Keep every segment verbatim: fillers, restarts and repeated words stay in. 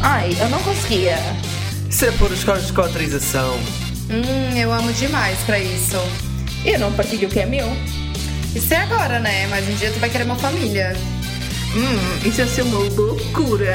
Ai, eu não conseguia. Isso é pôr os cortes com autorização. Hum, eu amo demais pra isso. Eu não partilho o que é meu. Isso é agora, né? Mas um dia tu vai querer uma família. Hum, isso ia ser uma loucura.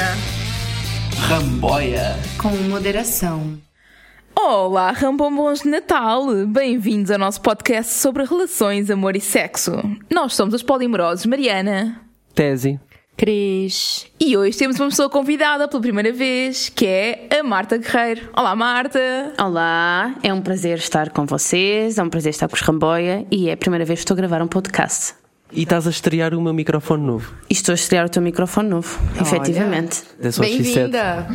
Ramboia. Com moderação. Olá, rambombons de Natal! Bem-vindos ao nosso podcast sobre relações, amor e sexo. Nós somos os polimorosos Mariana, Tese, Cris. E hoje temos uma pessoa convidada pela primeira vez, que é a Marta Guerreiro. Olá, Marta! Olá, é um prazer estar com vocês, é um prazer estar com os Ramboia e é a primeira vez que estou a gravar um podcast. e estás a estrear o meu microfone novo. E estou a estrear o teu microfone novo, Olha. efetivamente. Bem-vinda!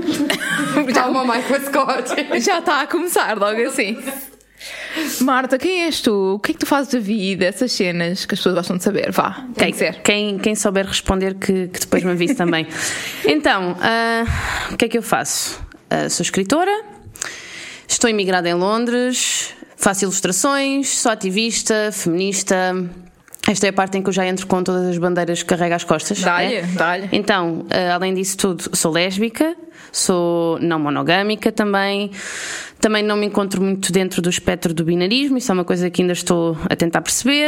Calma, Michael Scott. Já está a começar logo assim. Marta, quem és tu? O que é que tu fazes da vida? Essas cenas que as pessoas gostam de saber. Vá, quem quiser. Quem, quem souber responder que, que depois me avise também. Então, uh, o que é que eu faço? Uh, sou escritora, estou imigrada em Londres, faço ilustrações, sou ativista, feminista. Esta é a parte em que eu já entro com todas as bandeiras que carrego às costas. Dá-lhe, é? dá-lhe. Então, uh, além disso tudo, sou lésbica, sou não monogâmica também. Também não me encontro muito dentro do espectro do binarismo, isso é uma coisa que ainda estou a tentar perceber.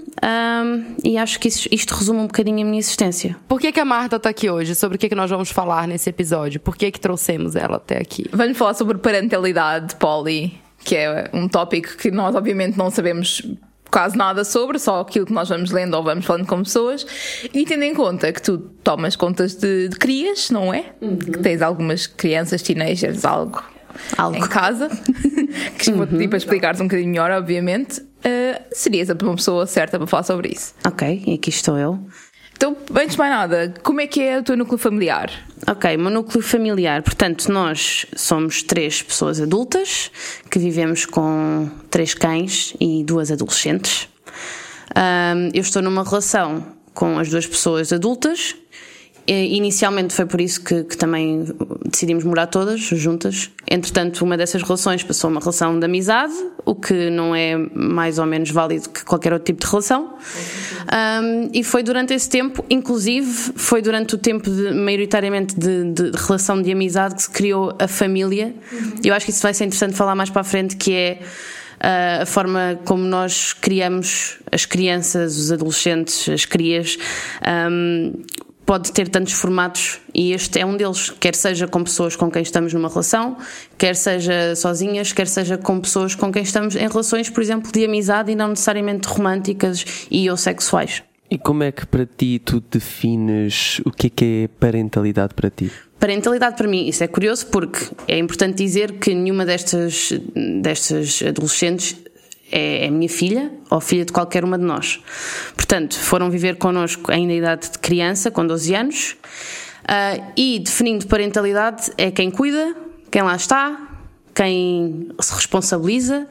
Um, e acho que isso, isto resume um bocadinho a minha existência. Por que que a Marta está aqui hoje? Sobre o que que nós vamos falar nesse episódio? Por que que trouxemos ela até aqui? Vamos falar sobre parentalidade, Poli, que é um tópico que nós obviamente não sabemos quase nada sobre, só aquilo que nós vamos lendo ou vamos falando com pessoas, e tendo em conta que tu tomas contas de, de crias, não é? Uhum. Que tens algumas crianças, teenagers, algo, algo. em casa, que vou pedir para explicares um bocadinho melhor, obviamente. Uh, serias a pessoa certa para falar sobre isso. Ok, e aqui estou eu. Então, antes de mais nada, como é que é o teu núcleo familiar? Ok, o meu núcleo familiar, portanto, nós somos três pessoas adultas que vivemos com três cães e duas adolescentes. Um, eu estou numa relação com as duas pessoas adultas. Inicialmente foi por isso que, que também decidimos morar todas juntas. Entretanto, uma dessas relações passou a uma relação de amizade, o que não é mais ou menos válido que qualquer outro tipo de relação. Um, e foi durante esse tempo, inclusive foi durante o tempo de, maioritariamente de, de, de relação de amizade, que se criou a família. E eu acho que isso vai ser interessante falar mais para a frente, que é Uh, a forma como nós criamos as crianças, os adolescentes, as crias. Um, pode ter tantos formatos e este é um deles, quer seja com pessoas com quem estamos numa relação, quer seja sozinhas, quer seja com pessoas com quem estamos em relações, por exemplo, de amizade e não necessariamente românticas e ou sexuais. E como é que para ti tu defines o que é que é parentalidade para ti? Parentalidade para mim, isso é curioso porque é importante dizer que nenhuma destas, destas adolescentes é, é minha filha ou filha de qualquer uma de nós. Portanto, foram viver connosco ainda na idade de criança, com doze anos, uh, e definindo parentalidade é quem cuida, quem lá está, quem se responsabiliza,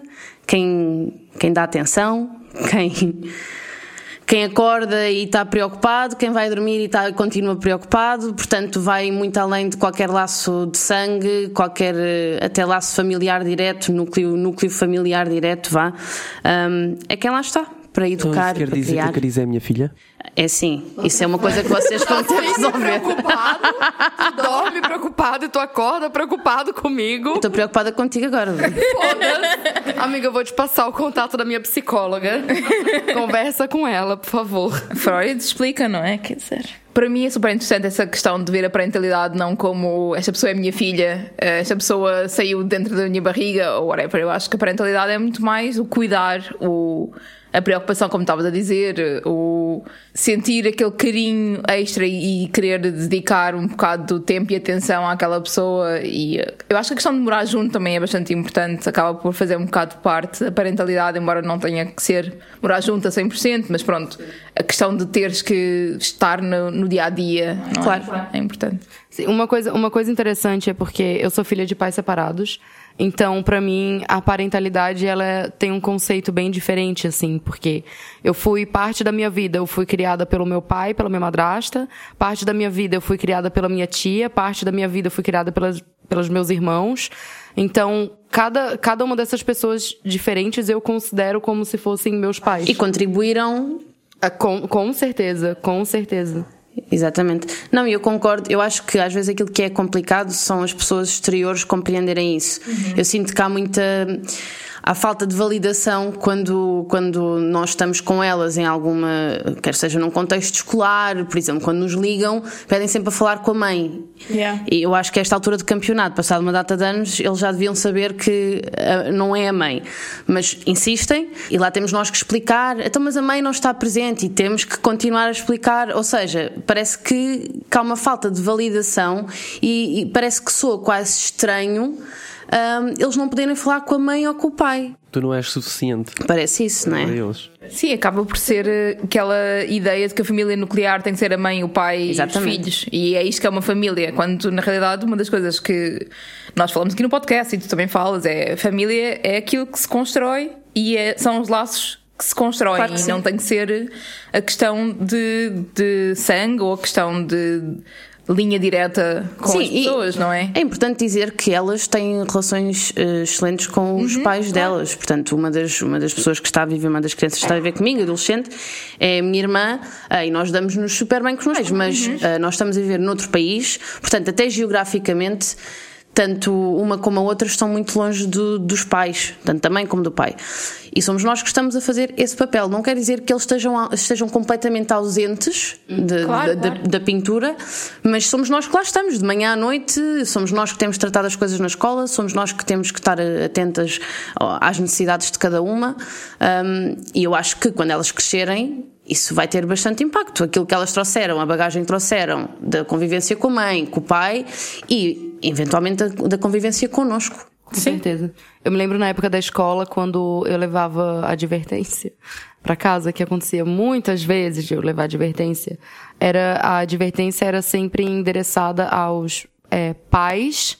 quem, quem dá atenção, quem... Quem acorda e está preocupado, quem vai dormir e está, continua preocupado, portanto vai muito além de qualquer laço de sangue, qualquer até laço familiar direto, núcleo, núcleo familiar direto, vá. Um, é quem lá está, para educar, então, quer para dizer criar. Que a Cris é minha filha? É sim, isso é uma coisa que vocês vão ter que resolver. Preocupado, tu dorme preocupado e tu acorda preocupado comigo. Estou preocupada contigo agora. Foda-se. Amiga, eu vou te passar o contato da minha psicóloga. Conversa com ela, por favor. Freud explica, não é? Quer dizer, para mim é super interessante essa questão de ver a parentalidade não como esta pessoa é minha filha, esta pessoa saiu dentro da minha barriga ou whatever. Eu acho que a parentalidade é muito mais o cuidar, o... a preocupação, como estavas a dizer, o sentir aquele carinho extra e querer dedicar um bocado do tempo e atenção àquela pessoa. E eu acho que a questão de morar junto também é bastante importante, acaba por fazer um bocado de parte da parentalidade, embora não tenha que ser morar junto a cem por cento, mas pronto, a questão de teres que estar no, no dia-a-dia, não claro, é? É importante. Sim, uma coisa, uma coisa interessante é porque eu sou filha de pais separados. Então, pra mim, a parentalidade, ela tem um conceito bem diferente, assim, porque eu fui, parte da minha vida, eu fui criada pelo meu pai, pela minha madrasta, parte da minha vida eu fui criada pela minha tia, parte da minha vida eu fui criada pelas, pelos meus irmãos. Então, cada, cada uma dessas pessoas diferentes eu considero como se fossem meus pais. E contribuíram... Com, com certeza, com certeza. Exatamente. Não, eu concordo. Eu acho que às vezes aquilo que é complicado são as pessoas exteriores compreenderem isso. Uhum. Eu sinto que há muita... Há falta de validação quando, quando nós estamos com elas em alguma, quer seja num contexto escolar, por exemplo, quando nos ligam, pedem sempre a falar com a mãe. Yeah. E eu acho que a esta altura de campeonato, passado uma data de anos, eles já deviam saber que uh, não é a mãe. Mas insistem e lá temos nós que explicar, então mas a mãe não está presente e temos que continuar a explicar. Ou seja, parece que, que há uma falta de validação e, e parece que soa quase estranho Um, eles não poderem falar com a mãe ou com o pai. Tu não és suficiente. Parece isso, não é? Eles. Sim, acaba por ser aquela ideia de que a família nuclear tem que ser a mãe, o pai Exatamente. E os filhos. E é isto que é uma família. Quando, na realidade, uma das coisas que nós falamos aqui no podcast e tu também falas é a família é aquilo que se constrói e é, são os laços que se constroem. Claro que e sim. não tem que ser a questão de, de sangue ou a questão de linha direta com Sim, as pessoas, não é? É importante dizer que elas têm relações uh, excelentes com os Uhum, pais claro. delas. Portanto, uma das, uma das pessoas que está a viver, uma das crianças que está a viver comigo, adolescente, é a minha irmã, uh, e nós damos-nos super bem com os pais, mas Uhum. uh, nós estamos a viver noutro país, portanto, até geograficamente, tanto uma como a outra estão muito longe do, dos pais, tanto da mãe como do pai. E somos nós que estamos a fazer esse papel. Não quer dizer que eles estejam, estejam completamente ausentes de, Claro, da, claro. da, da pintura, mas somos nós que lá estamos, de manhã à noite, somos nós que temos tratado as coisas na escola, somos nós que temos que estar atentas às necessidades de cada uma. Um, e eu acho que quando elas crescerem, isso vai ter bastante impacto. Aquilo que elas trouxeram, a bagagem que trouxeram da convivência com a mãe, com o pai e, eventualmente, da, da convivência connosco. Com certeza. Eu me lembro na época da escola, quando eu levava advertência pra casa, que acontecia muitas vezes de eu levar advertência, era, a advertência era sempre endereçada aos é, pais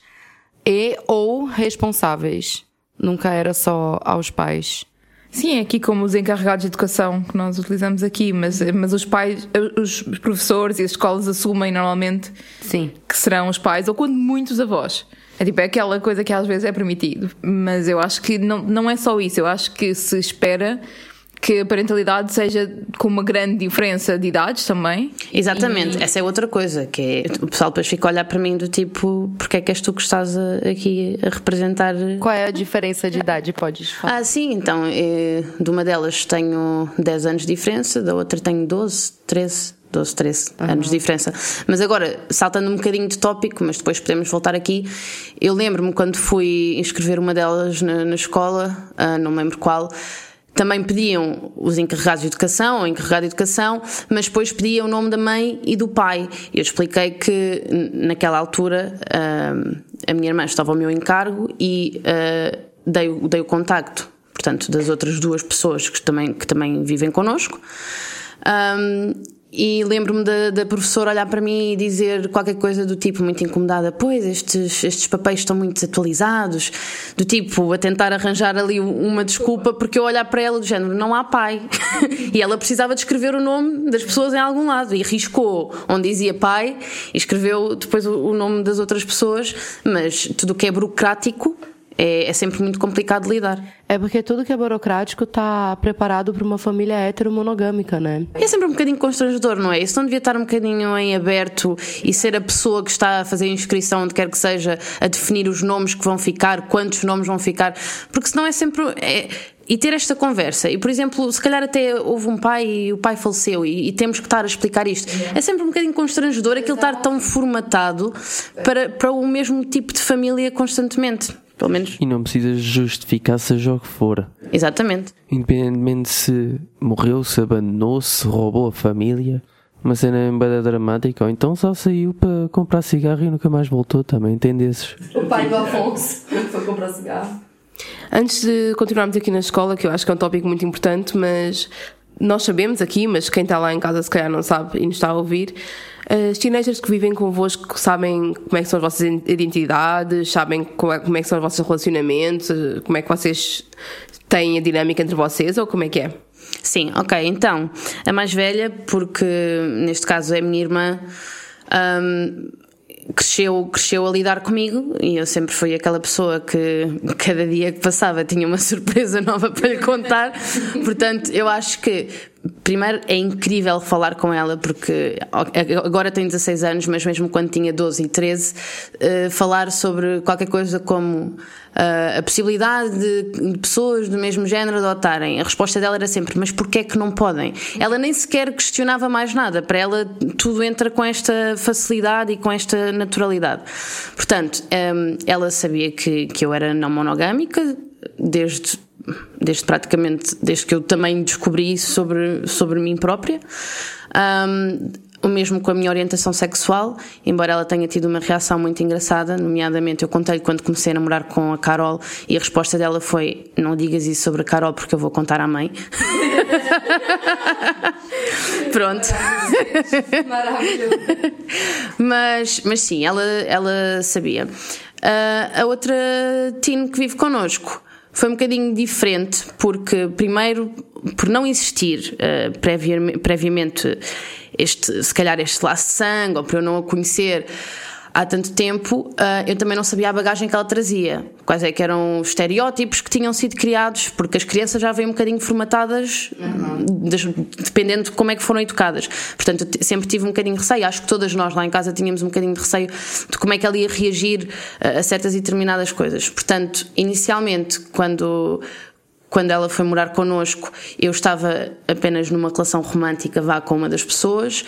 e ou responsáveis. Nunca era só aos pais. Sim, é aqui como os encarregados de educação que nós utilizamos aqui, mas, mas os pais, os professores e as escolas assumem normalmente Sim. que serão os pais, ou quando muitos avós. É tipo, é aquela coisa que às vezes é permitido. Mas eu acho que não, não é só isso. Eu acho que se espera que a parentalidade seja com uma grande diferença de idades também. Exatamente, E... essa é outra coisa, que é, o pessoal depois fica a olhar para mim do tipo, porque é que és tu que estás a, aqui a representar... Qual é a diferença de idade, podes falar? Ah, sim, então, é, de uma delas tenho dez anos de diferença, da outra tenho doze, treze, doze, treze uhum. anos de diferença. Mas agora, saltando um bocadinho de tópico, mas depois podemos voltar aqui, eu lembro-me quando fui inscrever uma delas na, na escola, ah, não me lembro qual, também pediam os encarregados de educação, ou encarregado de educação, mas depois pediam o nome da mãe e do pai. Eu expliquei que, naquela altura, a minha irmã estava ao meu encargo e dei, dei o contacto, portanto, das outras duas pessoas que também, que também vivem connosco. E lembro-me da, da professora olhar para mim e dizer qualquer coisa do tipo, muito incomodada, pois estes, estes papéis estão muito desatualizados, do tipo, a tentar arranjar ali uma desculpa, porque eu olhar para ela do género, não há pai. E ela precisava de escrever o nome das pessoas em algum lado e riscou onde dizia pai e escreveu depois o, o nome das outras pessoas, mas tudo o que é burocrático É, é sempre muito complicado de lidar. É porque tudo que é burocrático está preparado para uma família heteromonogâmica, né? É sempre um bocadinho constrangedor, não é? Isso não devia estar um bocadinho em aberto e ser a pessoa que está a fazer a inscrição, onde quer que seja, a definir os nomes que vão ficar, quantos nomes vão ficar, porque senão é sempre... É... E ter esta conversa, e por exemplo, se calhar até houve um pai e o pai faleceu e, e temos que estar a explicar isto, é sempre um bocadinho constrangedor aquilo estar tão formatado para, para o mesmo tipo de família constantemente. Pelo menos. E não precisas justificar seja o que for. Exatamente. Independentemente se morreu, se abandonou, se roubou a família, uma cena bem dramática, ou então só saiu para comprar cigarro e nunca mais voltou, também tem desses. O pai do Afonso foi comprar cigarro. Antes de continuarmos aqui na escola, que eu acho que é um tópico muito importante, mas nós sabemos aqui, mas quem está lá em casa se calhar não sabe e nos está a ouvir, as teenagers que vivem convosco sabem como é que são as vossas identidades, sabem como é, como é que são os vossos relacionamentos, como é que vocês têm a dinâmica entre vocês, ou como é que é? Sim, ok, então, a mais velha, porque neste caso é a minha irmã, um, cresceu, cresceu a lidar comigo e eu sempre fui aquela pessoa que cada dia que passava tinha uma surpresa nova para lhe contar, portanto eu acho que primeiro é incrível falar com ela, porque agora tem dezasseis anos, mas mesmo quando tinha doze e treze, uh, falar sobre qualquer coisa como uh, a possibilidade de, de pessoas do mesmo género adotarem, a resposta dela era sempre: mas porquê é que não podem? Ela nem sequer questionava mais nada, para ela tudo entra com esta facilidade e com esta naturalidade. Portanto, um, ela sabia que, que eu era não monogâmica desde desde praticamente desde que eu também descobri isso sobre, sobre mim própria. Um, o mesmo com a minha orientação sexual, embora ela tenha tido uma reação muito engraçada, nomeadamente eu contei-lhe quando comecei a namorar com a Carol e a resposta dela foi: não digas isso sobre a Carol porque eu vou contar à mãe. Pronto. Maravilhoso. mas, mas sim, ela, ela sabia. Uh, a outra teen que vive connosco foi um bocadinho diferente, porque primeiro, por não existir uh, previ- previamente este, se calhar este laço de sangue, ou por eu não a conhecer há tanto tempo, uh, eu também não sabia a bagagem que ela trazia, quais é que eram os estereótipos que tinham sido criados, porque as crianças já vêm um bocadinho formatadas, uhum. de, dependendo de como é que foram educadas. Portanto, eu t- sempre tive um bocadinho de receio, acho que todas nós lá em casa tínhamos um bocadinho de receio de como é que ela ia reagir uh, a certas e determinadas coisas. Portanto, inicialmente, quando... Quando ela foi morar connosco, eu estava apenas numa relação romântica, vá, com uma das pessoas,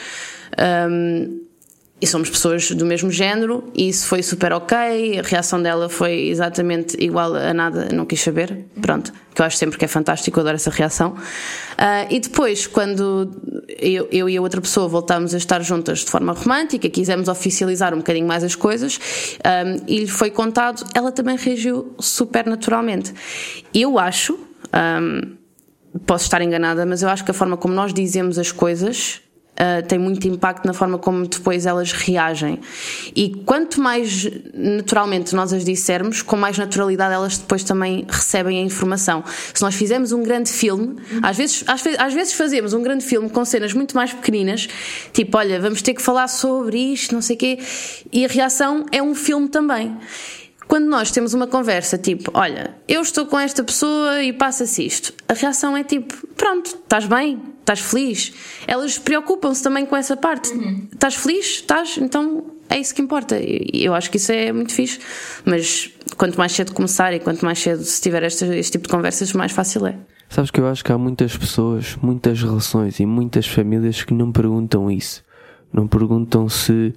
um, e somos pessoas do mesmo género, e isso foi super ok. A reação dela foi exatamente igual a nada, não quis saber, pronto, que eu acho sempre que é fantástico, eu adoro essa reação. Uh, e depois, quando eu, eu e a outra pessoa voltámos a estar juntas de forma romântica, quisemos oficializar um bocadinho mais as coisas, um, e lhe foi contado, ela também reagiu super naturalmente. Eu acho, um, posso estar enganada, mas eu acho que a forma como nós dizemos as coisas Uh, tem muito impacto na forma como depois elas reagem, e quanto mais naturalmente nós as dissermos, com mais naturalidade elas depois também recebem a informação. Se nós fizermos um grande filme, às vezes, às, às vezes fazemos um grande filme com cenas muito mais pequeninas, tipo, olha, vamos ter que falar sobre isto, não sei o quê, e a reação é um filme também. Quando nós temos uma conversa tipo, olha, eu estou com esta pessoa e passa-se isto, a reação é tipo, pronto, estás bem? Estás feliz? Elas preocupam-se também com essa parte. Uhum. Estás feliz? Estás? Então é isso que importa. E eu acho que isso é muito fixe, mas quanto mais cedo começar e quanto mais cedo se tiver este, este tipo de conversas, mais fácil é. Sabes que eu acho que há muitas pessoas, muitas relações e muitas famílias que não perguntam isso. Não perguntam se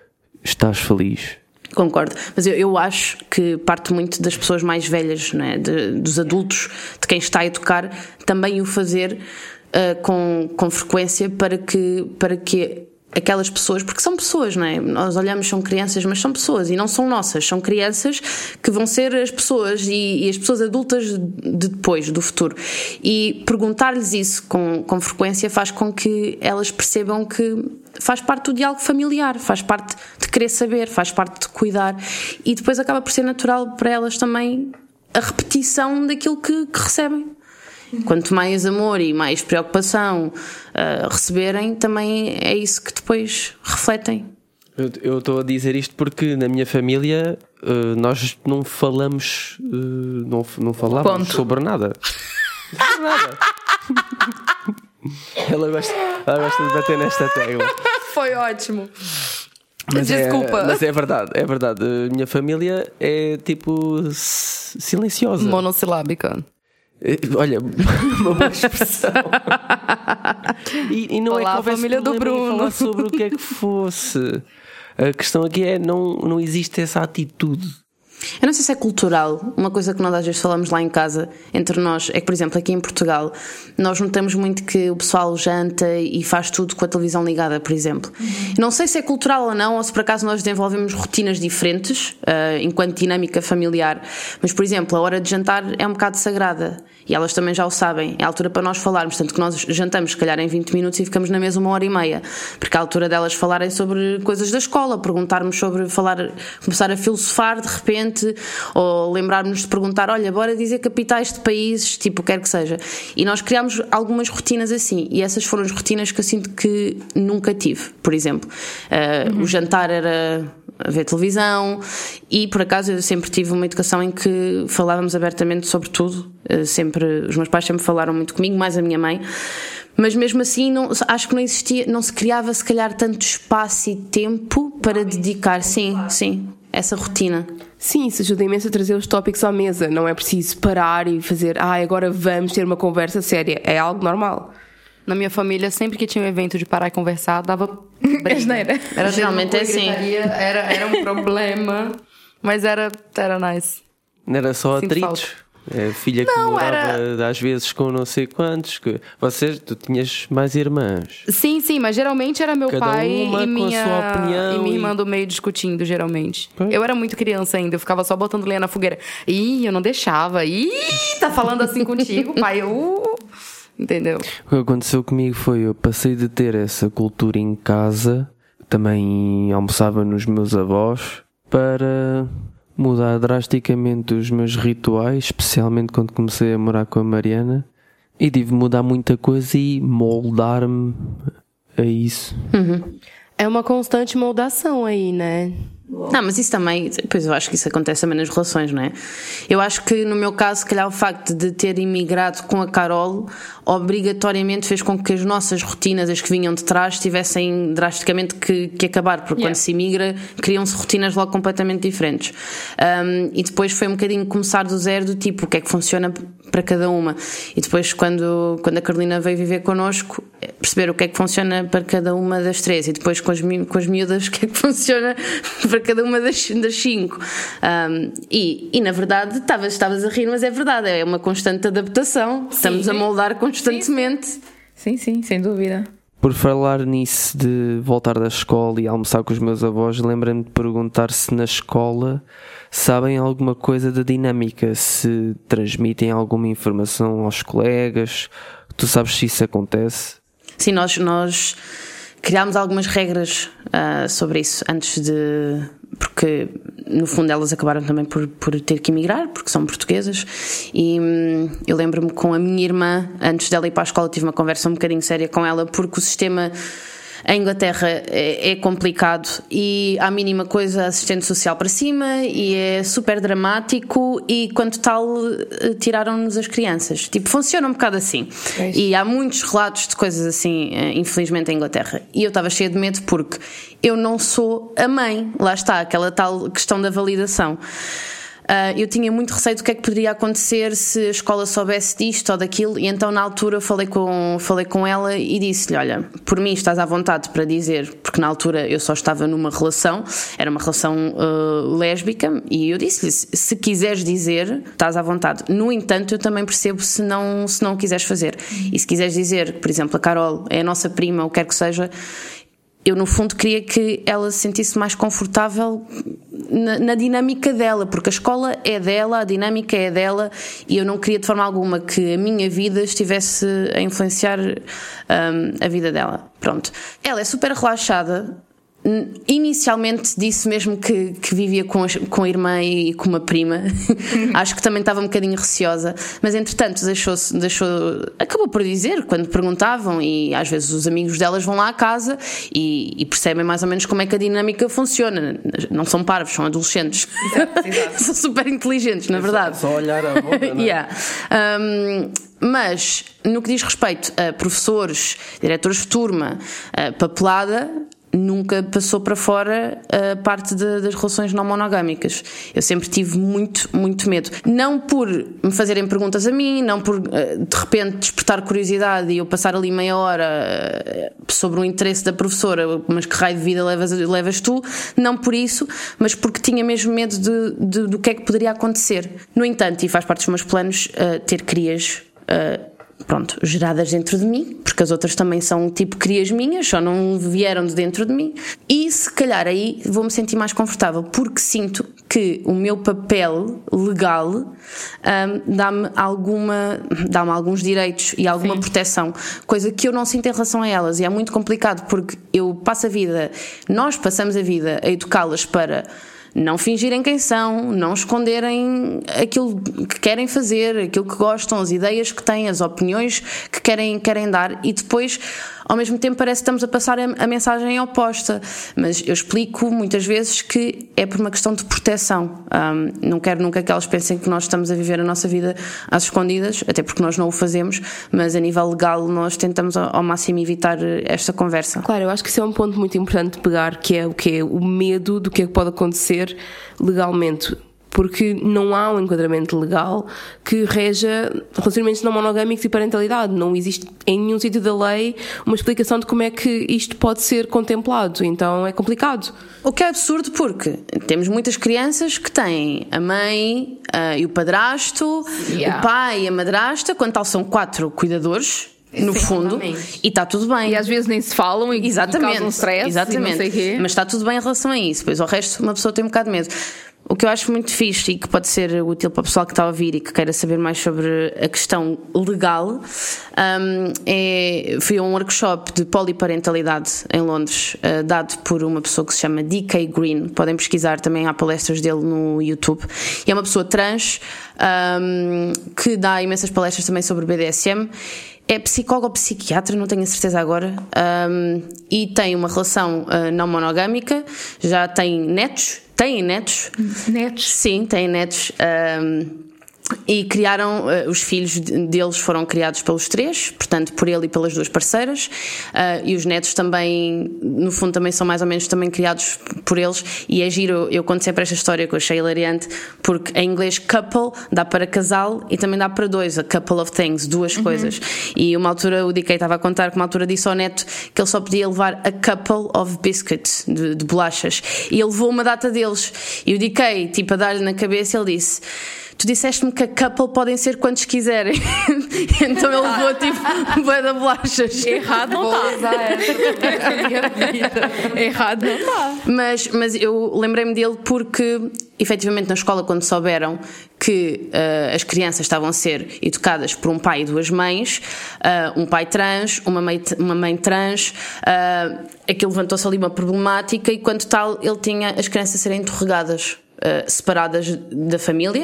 estás feliz. Concordo, mas eu, eu acho que parte muito das pessoas mais velhas, não é? de, dos adultos, de quem está a educar, também o fazer uh, com, com frequência para que, para que aquelas pessoas, porque são pessoas, não é? Nós olhamos, são crianças, mas são pessoas e não são nossas, são crianças que vão ser as pessoas e, e as pessoas adultas de depois, do futuro, e perguntar-lhes isso com, com frequência faz com que elas percebam que faz parte do diálogo familiar, faz parte de querer saber, faz parte de cuidar, e depois acaba por ser natural para elas também a repetição daquilo que, que recebem. Quanto mais amor e mais preocupação uh, receberem, também é isso que depois refletem. Eu estou a dizer isto porque na minha família uh, nós não falamos, uh, não, não falávamos sobre nada. Sobre nada. ela, gosta, ela gosta de bater nesta tecla. Foi ótimo. Mas desculpa. É, mas é verdade, é verdade. A minha família é tipo silenciosa. Monossilábica. Olha, uma boa expressão. e, e não Olá, é que houvesse família do Bruno. falar sobre o que é que fosse. A questão aqui é não, não existe essa atitude. Eu não sei se é cultural. Uma coisa que nós às vezes falamos lá em casa entre nós é que, por exemplo, aqui em Portugal nós notamos muito que o pessoal janta e faz tudo com a televisão ligada, por exemplo. Uhum. Não sei se é cultural ou não, ou se por acaso nós desenvolvemos rotinas diferentes uh, enquanto dinâmica familiar, mas, por exemplo, a hora de jantar é um bocado sagrada e elas também já o sabem. É a altura para nós falarmos, tanto que nós jantamos se calhar em vinte minutos e ficamos na mesa uma hora e meia, porque é a altura delas falarem sobre coisas da escola, perguntarmos sobre, falar, começar a filosofar de repente, ou lembrarmos de perguntar, olha, bora dizer capitais de países, tipo, quer que seja. E nós criámos algumas rotinas assim, e essas foram as rotinas que eu sinto que nunca tive. Por exemplo, uh, uhum. o jantar era a ver televisão, e por acaso eu sempre tive uma educação em que falávamos abertamente sobre tudo, uh, sempre, os meus pais sempre falaram muito comigo, mais a minha mãe, Mas mesmo assim, não, acho que não existia, não se criava se calhar tanto espaço e tempo para dedicar, sim, sim, essa rotina. Sim, isso ajuda imenso a trazer os tópicos à mesa. Não é preciso parar e fazer, ah, agora vamos ter uma conversa séria. É algo normal. Na minha família, sempre que tinha um evento de parar e conversar, dava Asneira. Era Geralmente é assim. Era, era um problema, mas era, era nice. Não era só Sinto atritos. A filha que Não, morava era- às vezes com não sei quantos. Que... Vocês, tu tinhas mais irmãs. Sim, sim, mas geralmente era meu Cada pai uma e com a minha, sua opinião e minha e- irmã do meio discutindo, geralmente. Pois. Eu era muito criança ainda, eu ficava só botando lenha na fogueira. Ih, eu não deixava. Ih, tá falando assim contigo, pai? Uh. Entendeu? O que aconteceu comigo foi, eu passei de ter essa cultura em casa, também almoçava nos meus avós, para mudar drasticamente os meus rituais, especialmente quando comecei a morar com a Mariana, e tive de mudar muita coisa e moldar-me a isso. É uma constante moldação aí, né? Não, mas isso também, pois eu acho que isso acontece também nas relações, não é? Eu acho que no meu caso, se calhar o facto de ter imigrado com a Carol obrigatoriamente fez com que as nossas rotinas, as que vinham de trás, tivessem drasticamente que, que acabar, porque Yeah. quando se imigra criam-se rotinas logo completamente diferentes. Um, e depois foi um bocadinho começar do zero, do tipo, o que é que funciona para cada uma. E depois quando, quando a Carolina veio viver connosco, perceber o que é que funciona para cada uma das três, e depois com as, mi- com as miúdas o que é que funciona para cada uma das, das cinco. Um, e, e na verdade estavas, estavas a rir, mas é verdade, é uma constante adaptação. Estamos Sim. a moldar constantemente. Sim, sim, sem dúvida. Por falar nisso de voltar da escola e almoçar com os meus avós, lembrei-me de perguntar se na escola sabem alguma coisa da dinâmica, se transmitem alguma informação aos colegas. Tu sabes se isso acontece? Sim, nós, nós criámos algumas regras uh, sobre isso antes de... Porque no fundo elas acabaram também por, por ter que emigrar, porque são portuguesas. E hum, eu lembro-me com a minha irmã, antes dela ir para a escola, tive uma conversa um bocadinho séria com ela, porque o sistema em Inglaterra é, é complicado e à mínima coisa assistente social para cima, e é super dramático, e quanto tal eh, tiraram-nos as crianças. Tipo, funciona um bocado assim. Pois. E há muitos relatos de coisas assim, eh, infelizmente, em Inglaterra. E eu estava cheia de medo porque eu não sou a mãe. Lá está, aquela tal questão da validação. Uh, eu tinha muito receio do que é que poderia acontecer se a escola soubesse disto ou daquilo, e então na altura falei com, falei com ela e disse-lhe, olha, por mim estás à vontade para dizer, porque na altura eu só estava numa relação, era uma relação uh, lésbica, e eu disse-lhe, se quiseres dizer, estás à vontade. No entanto, eu também percebo se não, se não o quiseres fazer. E se quiseres dizer, por exemplo, a Carol é a nossa prima, ou quer que seja, eu no fundo queria que ela se sentisse mais confortável na, na dinâmica dela, porque a escola é dela, a dinâmica é dela, e eu não queria de forma alguma que a minha vida estivesse a influenciar um, a vida dela. Pronto. Ela é super relaxada. Inicialmente disse mesmo que, que vivia com a, com a irmã e com uma prima. Acho que também estava um bocadinho receosa, mas entretanto deixou-se, deixou, acabou por dizer quando perguntavam, e às vezes os amigos delas vão lá à casa e, e percebem mais ou menos como é que a dinâmica funciona. Não são parvos, são adolescentes. Exato, exato. São super inteligentes, na verdade. Só olhar a boca, não é? Yeah. Um, mas no que diz respeito a professores, diretores de turma, a papelada, nunca passou para fora a parte de, das relações não monogâmicas. Eu sempre tive muito, muito medo. Não por me fazerem perguntas a mim, não por de repente despertar curiosidade e eu passar ali meia hora sobre o interesse da professora, mas que raio de vida levas, levas tu, não por isso, mas porque tinha mesmo medo de, de, do que é que poderia acontecer. No entanto, e faz parte dos meus planos, uh, ter crias uh, pronto, geradas dentro de mim, porque as outras também são tipo crias minhas, só não vieram de dentro de mim, e se calhar aí vou-me sentir mais confortável, porque sinto que o meu papel legal um, dá-me alguma, dá-me alguns direitos e alguma Sim. proteção, coisa que eu não sinto em relação a elas, e é muito complicado, porque eu passo a vida, nós passamos a vida a educá-las para não fingirem quem são, não esconderem aquilo que querem fazer, aquilo que gostam, as ideias que têm, as opiniões que querem, querem dar, e depois, ao mesmo tempo parece que estamos a passar a, a mensagem oposta. Mas eu explico muitas vezes que é por uma questão de proteção. Um, não quero nunca que elas pensem que nós estamos a viver a nossa vida às escondidas, até porque nós não o fazemos, mas a nível legal nós tentamos ao, ao máximo evitar esta conversa. Claro, eu acho que isso é um ponto muito importante de pegar, que é o que é o medo do que é que pode acontecer legalmente. Porque não há um enquadramento legal que reja relacionamentos não monogâmicos e parentalidade. Não existe em nenhum sítio da lei uma explicação de como é que isto pode ser contemplado. Então é complicado. O que é absurdo porque temos muitas crianças que têm a mãe uh, e o padrasto, yeah. o pai e a madrasta, quando tal são quatro cuidadores. No Sim, fundo, exatamente. E está tudo bem. E às vezes nem se falam e exatamente, causam stress. Exatamente. E não sei quê. Mas está tudo bem em relação a isso. Pois o resto, uma pessoa tem um bocado de medo. O que eu acho muito fixe e que pode ser útil para o pessoal que está a ouvir e que queira saber mais sobre a questão legal um, é, foi um workshop de poliparentalidade em Londres, uh, dado por uma pessoa que se chama D K Green. Podem pesquisar, também há palestras dele no YouTube. E é uma pessoa trans um, que dá imensas palestras também sobre B D S M. É psicólogo ou psiquiatra, não tenho a certeza agora, um, e tem uma relação uh, não monogâmica, já tem netos, têm netos. Netos? Sim, têm netos. Um, e criaram, uh, os filhos deles foram criados pelos três, portanto por ele e pelas duas parceiras, uh, e os netos também, no fundo também são mais ou menos também criados por eles, e é giro, eu conto sempre esta história que eu achei hilariante, porque em inglês couple dá para casal e também dá para dois, a couple of things, duas uhum. coisas, e uma altura o D K estava a contar que uma altura disse ao neto que ele só podia levar a couple of biscuits, de, de bolachas, e ele levou uma data deles, e o D K tipo a dar-lhe na cabeça, ele disse: tu disseste-me que a couple podem ser quantos quiserem. Então ele levou tipo bué de bolachas. Errado não está. Errado não está. Mas, mas eu lembrei-me dele porque efetivamente na escola, quando souberam que uh, as crianças estavam a ser educadas por um pai e duas mães, uh, um pai trans, uma mãe, uma mãe trans, uh, aquilo levantou-se ali uma problemática e quanto tal ele tinha as crianças a serem interrogadas Uh, separadas da família,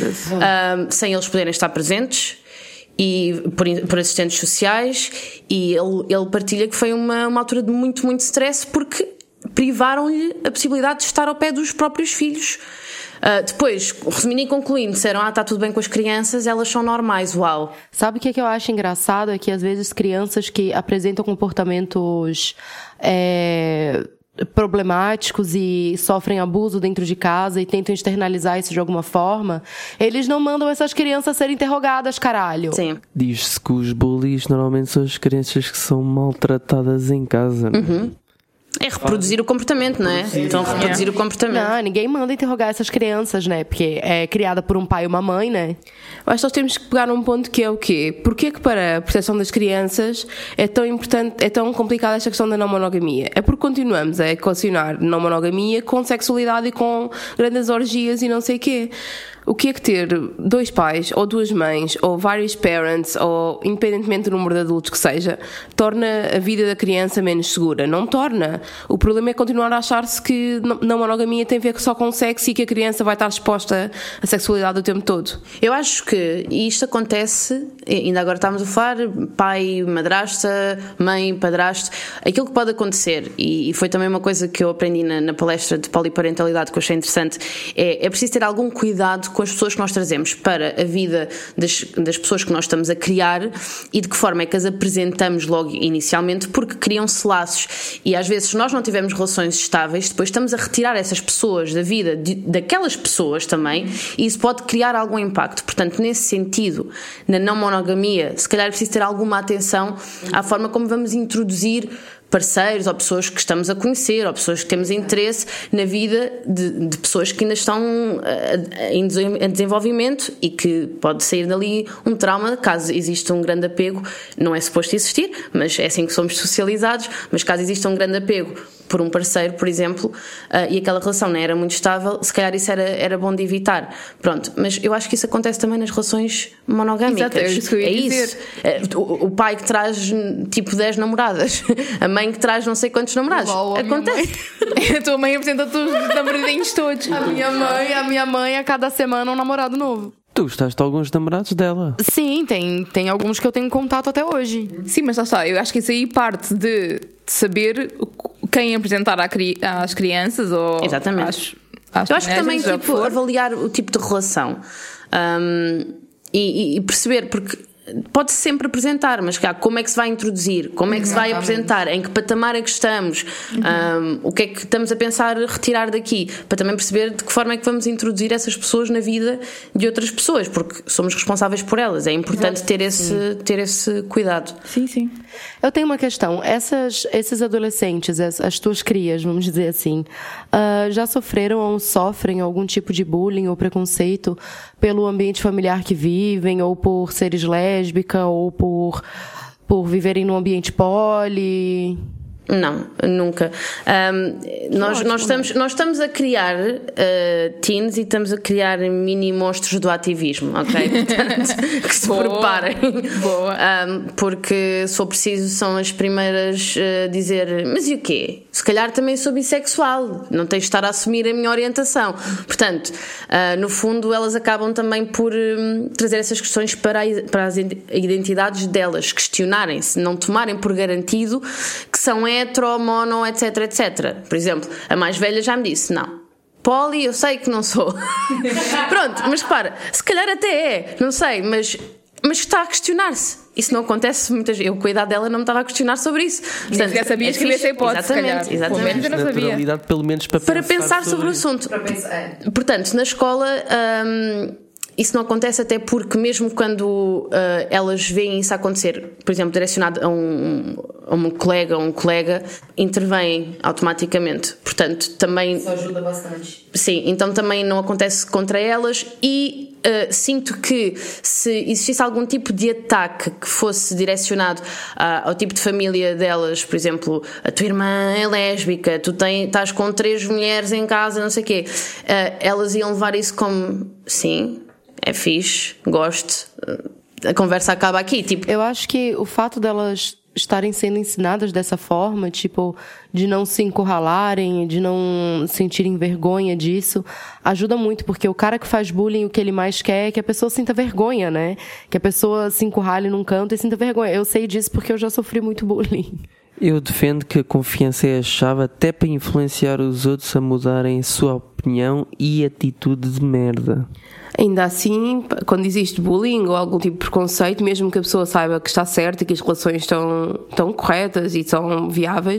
uh, sem eles poderem estar presentes e por, por assistentes sociais, e ele, ele partilha que foi uma, uma altura de muito, muito stress porque privaram-lhe a possibilidade de estar ao pé dos próprios filhos. Uh, depois, resumindo e concluindo, disseram: ah, está tudo bem com as crianças, elas são normais, uau. Sabe o que, é que eu acho engraçado? É que às vezes crianças que apresentam comportamentos é... problemáticos e sofrem abuso dentro de casa e tentam externalizar isso de alguma forma, eles não mandam essas crianças serem interrogadas, caralho. Sim. Diz-se que os bullies normalmente são as crianças que são maltratadas em casa. Uhum. É reproduzir o comportamento, não é? Então reproduzir é. o comportamento. Não, ninguém manda interrogar essas crianças, né? Porque é criada por um pai e uma mãe, né? Eu acho que nós temos que pegar um ponto que é o quê? Porquê que para a proteção das crianças é tão importante, é tão complicada esta questão da não monogamia? É porque continuamos a equacionar não monogamia com sexualidade e com grandes orgias e não sei o quê. O que é que ter dois pais, ou duas mães, ou vários parents, ou independentemente do número de adultos que seja, torna a vida da criança menos segura? Não torna. O problema é continuar a achar-se que não monogamia tem a ver só com sexo e que a criança vai estar exposta à sexualidade o tempo todo. Eu acho que isto acontece, ainda agora estamos a falar, pai, madrasta, mãe, padrasto, aquilo que pode acontecer, e foi também uma coisa que eu aprendi na, na palestra de poliparentalidade que eu achei interessante, é, é preciso ter algum cuidado com as pessoas que nós trazemos para a vida das, das pessoas que nós estamos a criar e de que forma é que as apresentamos logo inicialmente, porque criam-se laços e às vezes se nós não tivermos relações estáveis, depois estamos a retirar essas pessoas da vida de, daquelas pessoas também, e isso pode criar algum impacto. Portanto, nesse sentido, na não monogamia, se calhar é preciso ter alguma atenção à forma como vamos introduzir parceiros ou pessoas que estamos a conhecer ou pessoas que temos interesse na vida de, de pessoas que ainda estão uh, em desenvolvimento e que pode sair dali um trauma caso exista um grande apego. Não é suposto existir, mas é assim que somos socializados, mas caso exista um grande apego por um parceiro, por exemplo, uh, e aquela relação não era muito estável, se calhar isso era, era bom de evitar. Pronto, mas eu acho que isso acontece também nas relações monogâmicas. Exato, é isso que eu ia é dizer. Isso. Uh, o, o pai que traz tipo dez namoradas, a mãe que traz não sei quantos namorados. Uau, acontece. A, a tua mãe apresenta-te os namoradinhos todos. A minha mãe, a minha mãe a cada semana um namorado novo. Tu gostaste de alguns namorados dela? Sim, tem, tem alguns que eu tenho contato até hoje. Sim, mas lá está, eu acho que isso aí parte de, de saber quem apresentar às crianças ou Exatamente. às, às Eu acho que também teenagers, tipo, avaliar o tipo de relação um, e, e perceber, porque pode sempre apresentar, mas cá, como é que se vai introduzir, como é que se vai apresentar, em que patamar é que estamos, um, o que é que estamos a pensar retirar daqui, para também perceber de que forma é que vamos introduzir essas pessoas na vida de outras pessoas, porque somos responsáveis por elas. É importante ter esse, ter esse cuidado. Sim, sim. Eu tenho uma questão. Essas, esses adolescentes, as, as tuas crias, vamos dizer assim, uh, já sofreram ou sofrem algum tipo de bullying ou preconceito pelo ambiente familiar que vivem, ou por seres lésbica, ou por, por viverem num ambiente poli? Não, nunca. Um, nós, nós, estamos, nós estamos a criar uh, teens e estamos a criar mini monstros do ativismo, ok? Portanto, que se preparem. Boa. Um, porque, se for preciso, são as primeiras a uh, dizer: mas e o quê? Se calhar também sou bissexual, não tens de estar a assumir a minha orientação. Portanto, uh, no fundo, elas acabam também por um, trazer essas questões para, a, para as identidades delas, questionarem-se, não tomarem por garantido que são hetero, mono, etc, etcétera. Por exemplo, a mais velha já me disse: não, poli eu sei que não sou. Pronto, mas repara, se calhar até é, não sei, mas, mas está a questionar-se. Isso não acontece muitas vezes. Eu, com a idade dela, não me estava a questionar sobre isso. Portanto, já sabia escrever essa hipótese, exatamente, exatamente. Pelo menos eu não sabia. Naturalidade, pelo menos para, para pensar, pensar sobre, sobre o assunto. Para pensar, é. Portanto, na escola... Hum, isso não acontece, até porque mesmo quando uh, elas veem isso acontecer, por exemplo, direcionado a um, a um colega, a um colega, intervêm automaticamente. Portanto, também... Isso ajuda bastante. Sim, então também não acontece contra elas e uh, sinto que se existisse algum tipo de ataque que fosse direcionado uh, ao tipo de família delas, por exemplo, a tua irmã é lésbica, tu tens, estás com três mulheres em casa, não sei o quê, uh, elas iam levar isso como, sim... é fixe, gosto, a conversa acaba aqui, tipo... Eu acho que o fato delas estarem sendo ensinadas dessa forma, tipo, de não se encurralarem, de não sentirem vergonha disso, ajuda muito, porque o cara que faz bullying, o que ele mais quer é que a pessoa sinta vergonha, né? Que a pessoa se encurrale num canto e sinta vergonha. Eu sei disso porque eu já sofri muito bullying. Eu defendo que a confiança é a chave até para influenciar os outros a mudarem a sua opinião e atitude de merda. Ainda assim, quando existe bullying ou algum tipo de preconceito, mesmo que a pessoa saiba que está certa e que as relações estão, estão corretas e são viáveis,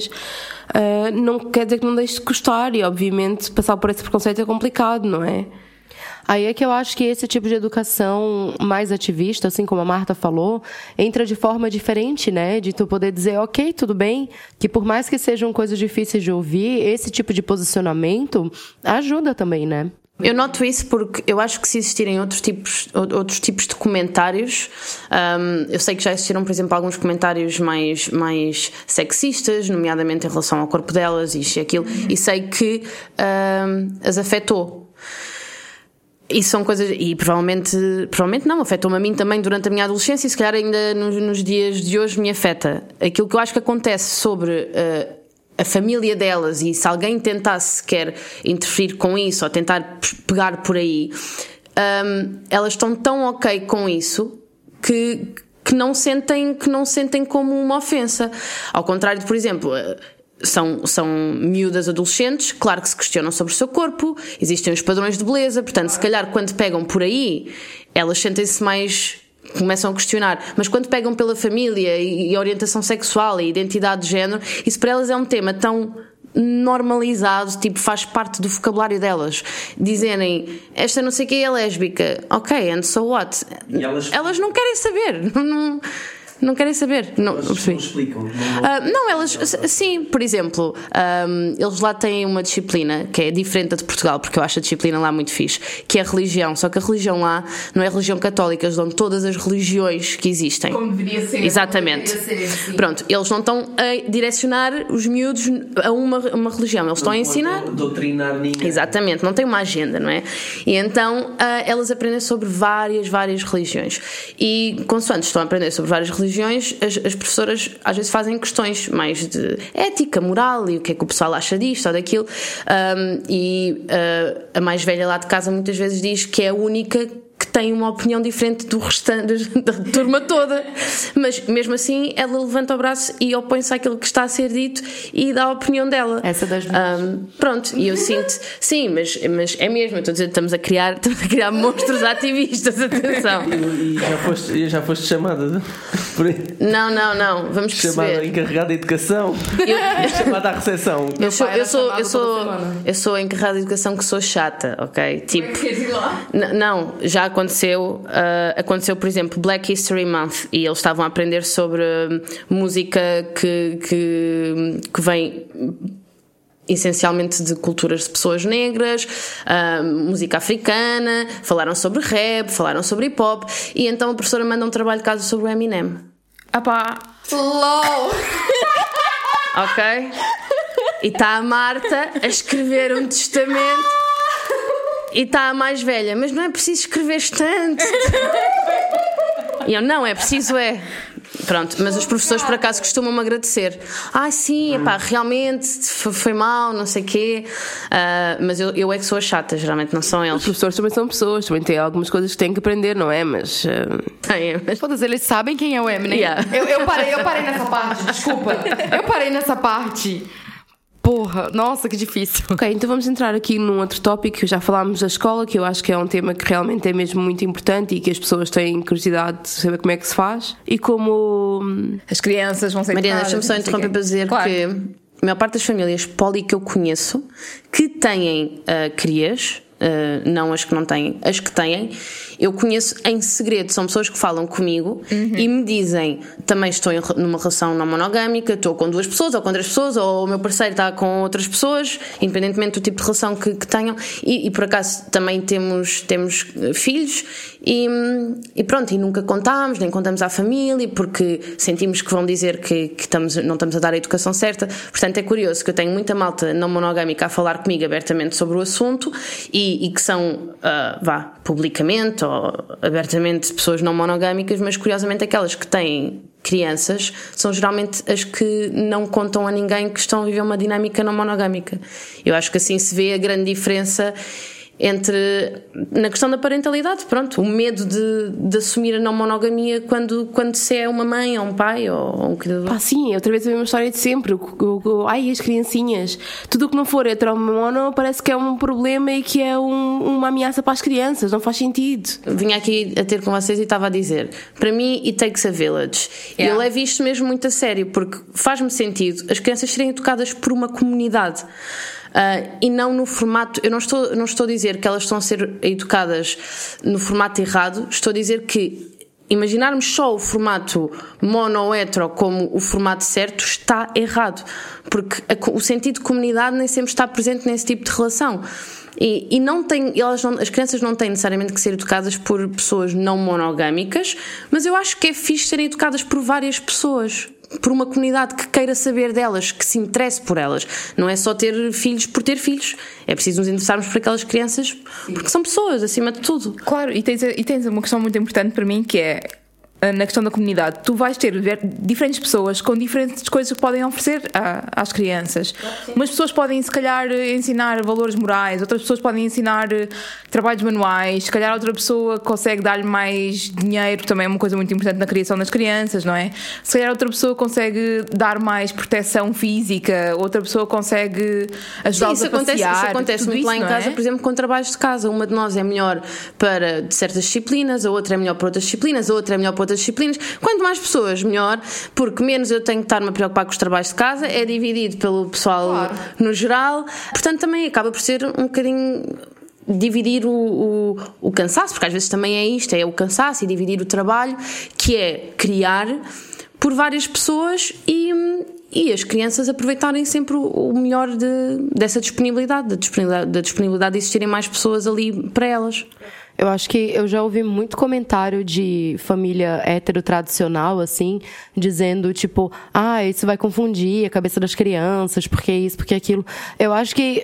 uh, não quer dizer que não deixe de gostar, e obviamente passar por esse preconceito é complicado, não é? Aí é que eu acho que esse tipo de educação mais ativista, assim como a Marta falou, entra de forma diferente, né? De tu poder dizer, ok, tudo bem, que por mais que sejam coisas difíceis de ouvir, esse tipo de posicionamento ajuda também, né? Eu noto isso porque eu acho que se existirem outros tipos, outros tipos de comentários, um, eu sei que já existiram, por exemplo, alguns comentários mais, mais sexistas, nomeadamente em relação ao corpo delas e isto e aquilo, e sei que um, as afetou. Isso são coisas, e provavelmente, provavelmente não, afetou-me a mim também durante a minha adolescência e se calhar ainda nos, nos dias de hoje me afeta. Aquilo que eu acho que acontece sobre uh, a família delas, e se alguém tentasse sequer interferir com isso ou tentar pegar por aí, um, elas estão tão ok com isso que, que, não sentem, que não sentem como uma ofensa. Ao contrário de, por exemplo... São, são miúdas adolescentes, claro que se questionam sobre o seu corpo, existem os padrões de beleza, portanto, se calhar quando pegam por aí, elas sentem-se mais, começam a questionar, mas quando pegam pela família e, e orientação sexual e identidade de género, isso para elas é um tema tão normalizado, tipo, faz parte do vocabulário delas. Dizerem, esta não sei o que é lésbica, ok, and so what? Elas... elas não querem saber, não... Não querem saber. Não, elas não explicam. Não, uh, não, elas... Sim, por exemplo, um, eles lá têm uma disciplina que é diferente da de Portugal, porque eu acho a disciplina lá muito fixe, que é a religião. Só que a religião lá não é a religião católica, eles dão todas as religiões que existem. Como deveria ser. Exatamente. Deveria ser, pronto, eles não estão a direcionar os miúdos a uma, uma religião. Eles não estão a ensinar... doutrinar ninguém. Exatamente, não tem uma agenda, não é? E então uh, elas aprendem sobre várias, várias religiões. E, consoante estão a aprender sobre várias religiões, As, as professoras às vezes fazem questões mais de ética, moral e o que é que o pessoal acha disto ou daquilo, um, e uh, a mais velha lá de casa muitas vezes diz que é a única que tem uma opinião diferente do restante da turma toda, mas mesmo assim ela levanta o braço e opõe-se àquilo que está a ser dito e dá a opinião dela. Essa das um, pronto, e eu sinto, sim, mas, mas é mesmo, eu estou a dizer, estamos a criar, estamos a criar monstros ativistas, atenção. E, e já, foste, já foste chamada por aí? Não, não, não, vamos chamada perceber. encarregada de educação, eu, chamada à recepção. Eu sou, eu sou, eu sou, eu sou encarregada de educação que sou chata, ok? Tipo, n- não, já aconteceu, uh, aconteceu, por exemplo, Black History Month e eles estavam a aprender sobre música que, que, que vem essencialmente de culturas de pessoas negras, uh, música africana, falaram sobre rap, falaram sobre hip hop e então a professora manda um trabalho de casa sobre o Eminem. Ah pá, LOL! Ok? E está a Marta a escrever um testamento e está a mais velha, mas não é preciso escrever tanto. E eu, não, é preciso é. Pronto, mas os professores por acaso costumam-me agradecer. Ah, sim, epá, realmente foi mal, não sei o quê. Uh, mas eu, eu é que sou a chata, geralmente não são eles. Os professores também são pessoas, também têm algumas coisas que têm que aprender, não é? Mas. Uh... Tem, mas... Foda-se, eles sabem quem é o Eminem. Yeah. Eu, eu, parei, eu parei nessa parte, desculpa. Eu parei nessa parte. Porra, nossa, que difícil. Ok, então vamos entrar aqui num outro tópico que já falámos da escola, que eu acho que é um tema que realmente é mesmo muito importante e que as pessoas têm curiosidade de saber como é que se faz e como... as crianças vão ser Mariana, educadas, deixa-me só não sei interromper quê. para dizer Claro. que a maior parte das famílias poli que eu conheço que têm uh, crias, uh, não as que não têm, as que têm, eu conheço em segredo. São pessoas que falam comigo uhum. e me dizem, também estou em, numa relação não monogâmica, estou com duas pessoas ou com três pessoas, ou o meu parceiro está com outras pessoas, independentemente do tipo de relação que, que tenham, e, e por acaso também temos, temos filhos e, e pronto, e nunca contámos, nem contamos à família porque sentimos que vão dizer que, que estamos, não estamos a dar a educação certa. Portanto é curioso que eu tenho muita malta não monogâmica a falar comigo abertamente sobre o assunto e, e que são, uh, vá, publicamente ou abertamente pessoas não monogâmicas, mas curiosamente aquelas que têm crianças são geralmente as que não contam a ninguém que estão a viver uma dinâmica não monogâmica. Eu acho que assim se vê a grande diferença entre, na questão da parentalidade, pronto, o medo de, de assumir a não monogamia quando, quando se é uma mãe ou um pai ou um cuidador. Ah, sim, é outra vez a mesma história de sempre. O, o, o, ai, as criancinhas. Tudo o que não for heteromono parece que é um problema e que é um, uma ameaça para as crianças. Não faz sentido. Vinha aqui a ter com vocês e estava a dizer, para mim it takes a village. E yeah. eu levo isto mesmo muito a sério porque faz-me sentido as crianças serem educadas por uma comunidade. Uh, e não no formato, eu não estou, não estou a dizer que elas estão a ser educadas no formato errado, estou a dizer que imaginarmos só o formato mono ou hetero como o formato certo está errado, porque a, o sentido de comunidade nem sempre está presente nesse tipo de relação. E, e não tem, elas não, as crianças não têm necessariamente que ser educadas por pessoas não monogâmicas, mas eu acho que é fixe serem educadas por várias pessoas, por uma comunidade que queira saber delas, que se interesse por elas. Não é só ter filhos por ter filhos, é preciso nos interessarmos por aquelas crianças porque são pessoas, acima de tudo. Claro, e tens, e tens uma questão muito importante para mim que é na questão da comunidade. Tu vais ter diferentes pessoas com diferentes coisas que podem oferecer a, às crianças. Umas pessoas podem se calhar ensinar valores morais, outras pessoas podem ensinar trabalhos manuais, se calhar outra pessoa consegue dar-lhe mais dinheiro, também é uma coisa muito importante na criação das crianças, não é? Se calhar outra pessoa consegue dar mais proteção física, outra pessoa consegue ajudá-los a acontece, passear. Isso acontece muito isso, lá em casa, é? por exemplo, com trabalhos de casa. Uma de nós é melhor para certas disciplinas, a outra é melhor para outras disciplinas, a outra é melhor para outras disciplinas. Quanto mais pessoas, melhor, porque menos eu tenho que estar-me a preocupar com os trabalhos de casa, é dividido pelo pessoal claro. No geral, portanto também acaba por ser um bocadinho dividir o, o, o cansaço, porque às vezes também é isto, é o cansaço e dividir o trabalho, que é criar por várias pessoas e, e as crianças aproveitarem sempre o melhor de, dessa disponibilidade, da disponibilidade, da disponibilidade de existirem mais pessoas ali para elas. Eu acho que eu já ouvi muito comentário de família hétero tradicional, assim, dizendo, tipo, ah, isso vai confundir a cabeça das crianças, porque isso, porque aquilo. Eu acho que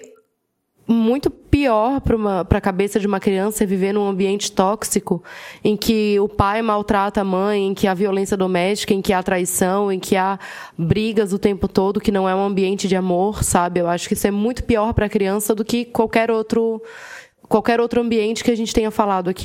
muito pior para a cabeça de uma criança é viver num ambiente tóxico, em que o pai maltrata a mãe, em que há violência doméstica, em que há traição, em que há brigas o tempo todo, que não é um ambiente de amor, sabe? Eu acho que isso é muito pior para a criança do que qualquer outro... qualquer outro ambiente que a gente tenha falado aqui.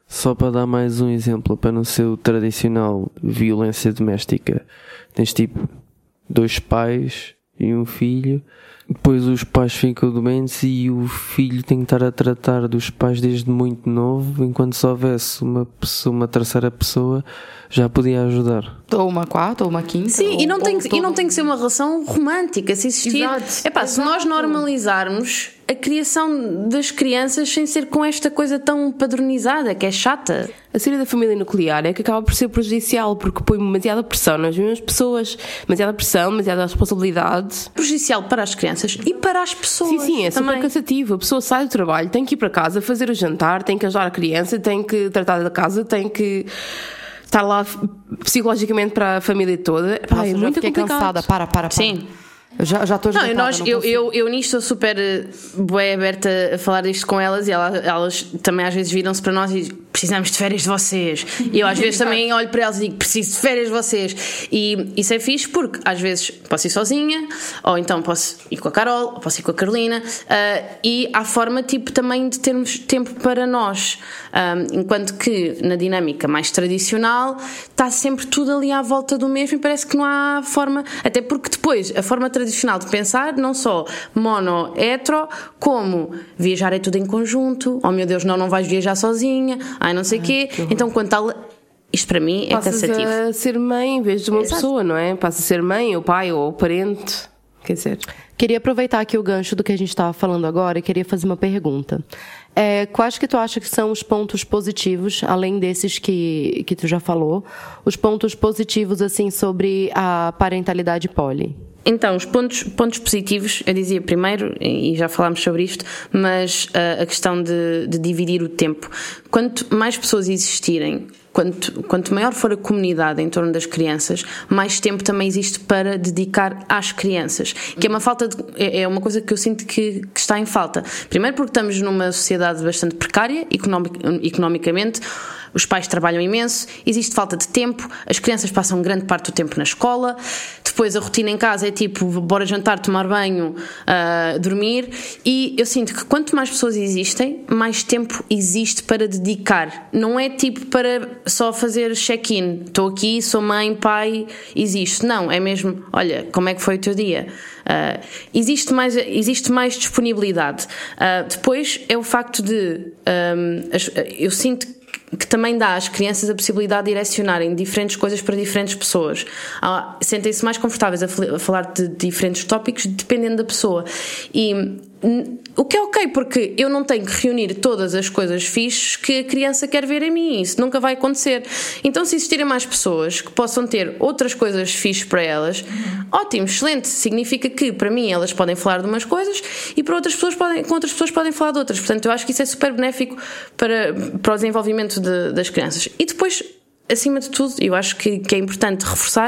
Só para dar mais um exemplo, para não ser o tradicional violência doméstica, tens tipo dois pais e um filho, depois os pais ficam doentes e o filho tem que estar a tratar dos pais desde muito novo, enquanto se houvesse uma pessoa, uma terceira pessoa, já podia ajudar. Ou uma quarta, ou uma quinta. Sim, ou, e, não tem, todo... e não tem que ser uma relação romântica, se existir. Exato. Epá, se nós normalizarmos a criação das crianças sem ser com esta coisa tão padronizada, que é chata. A cena da família nuclear é que acaba por ser prejudicial, porque põe demasiada pressão nas mesmas pessoas, demasiada pressão, demasiada responsabilidade. Prejudicial para as crianças e para as pessoas. Sim, sim, é também. super cansativo. A pessoa sai do trabalho, tem que ir para casa, fazer o jantar, tem que ajudar a criança, tem que tratar da casa, tem que estar lá psicologicamente para a família toda. Pá, Nossa, é eu muito já fiquei complicado. cansada. Para, para, para. Sim. Eu já, já estou Não, esgotada, nós, não eu, consigo. eu, eu nisto sou super uh, bué aberta a falar disto com elas e elas, elas também às vezes viram-se para nós e precisamos de férias de vocês. E eu às vezes também olho para elas e digo preciso de férias de vocês. E isso é fixe porque às vezes posso ir sozinha, ou então posso ir com a Carol, ou posso ir com a Carolina, uh, e há forma tipo também de termos tempo para nós. Um, enquanto que na dinâmica mais tradicional está sempre tudo ali à volta do mesmo e parece que não há forma, até porque depois a forma tradicional de pensar, não só mono, hetero, como viajar é tudo em conjunto, oh meu Deus, não, não vais viajar sozinha, ai não sei o quê, então quanto tal, isto para mim é Passas cansativo. a ser mãe em vez de uma Exato. pessoa, não é? Passa a ser mãe ou pai ou parente, quer dizer... Queria aproveitar aqui o gancho do que a gente estava falando agora e queria fazer uma pergunta. É, quais que tu acha que são os pontos positivos, além desses que, que tu já falou, os pontos positivos assim sobre a parentalidade poli? Então, os pontos, pontos positivos, eu dizia primeiro, e já falámos sobre isto, mas uh, a questão de, de dividir o tempo. Quanto mais pessoas existirem, quanto, quanto maior for a comunidade em torno das crianças, mais tempo também existe para dedicar às crianças. Que é uma falta de, é uma coisa que eu sinto que, que está em falta. Primeiro porque estamos numa sociedade bastante precária, economic, economicamente, os pais trabalham imenso, existe falta de tempo, as crianças passam grande parte do tempo na escola, depois a rotina em casa é tipo, bora jantar, tomar banho, uh, dormir, e eu sinto que quanto mais pessoas existem, mais tempo existe para dedicar. Não é tipo para só fazer check-in, estou aqui, sou mãe, pai, existo. Não, é mesmo, olha, como é que foi o teu dia? Uh, existe, mais, existe mais disponibilidade. Uh, depois é o facto de, um, as, eu sinto que que também dá às crianças a possibilidade de direcionarem diferentes coisas para diferentes pessoas. Ah, sentem-se mais confortáveis a, a falar de diferentes tópicos dependendo da pessoa. E n- o que é ok, porque eu não tenho que reunir todas as coisas fixes que a criança quer ver em mim. Isso nunca vai acontecer. Então, se existirem mais pessoas que possam ter outras coisas fixes para elas, uhum. ótimo, excelente. Significa que, para mim, elas podem falar de umas coisas e para outras pessoas podem, com outras pessoas podem falar de outras. Portanto, eu acho que isso é super benéfico para, para o desenvolvimento de, das crianças. E depois, acima de tudo, eu acho que, que é importante reforçar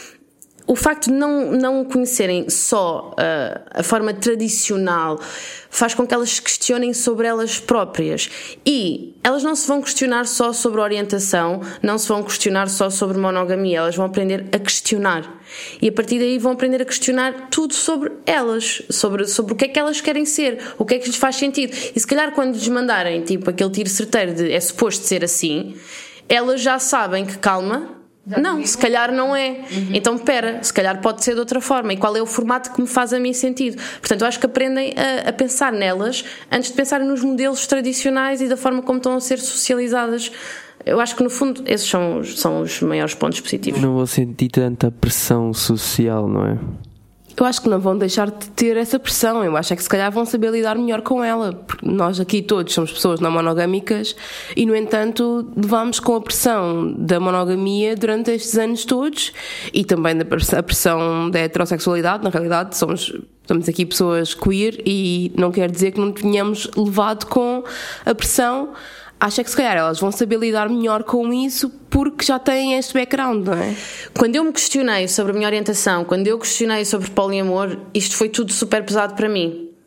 o facto de não, não conhecerem só uh, a forma tradicional faz com que elas se questionem sobre elas próprias. E elas não se vão questionar só sobre orientação, não se vão questionar só sobre monogamia, elas vão aprender a questionar. E a partir daí vão aprender a questionar tudo sobre elas, sobre, sobre o que é que elas querem ser, o que é que lhes faz sentido. E se calhar quando lhes mandarem tipo aquele tiro certeiro de é suposto ser assim, elas já sabem que, calma, não, se calhar não é. Uhum. Então, pera, se calhar pode ser de outra forma. E qual é o formato que me faz a mim sentido? Portanto, eu acho que aprendem a, a pensar nelas antes de pensarem nos modelos tradicionais e da forma como estão a ser socializadas. Eu acho que, no fundo, esses são os, são os maiores pontos positivos. Não vou sentir tanta pressão social, não é? Eu acho que não vão deixar de ter essa pressão. Eu acho é que se calhar vão saber lidar melhor com ela. Porque nós aqui todos somos pessoas não monogâmicas e, no entanto, levamos com a pressão da monogamia durante estes anos todos e também da pressão da heterossexualidade. Na realidade, somos, estamos aqui pessoas queer e não quer dizer que não tenhamos levado com a pressão. Acho é que se calhar elas vão saber lidar melhor com isso porque já têm este background, não é? Quando eu me questionei sobre a minha orientação, quando eu questionei sobre poliamor, isto foi tudo super pesado para mim.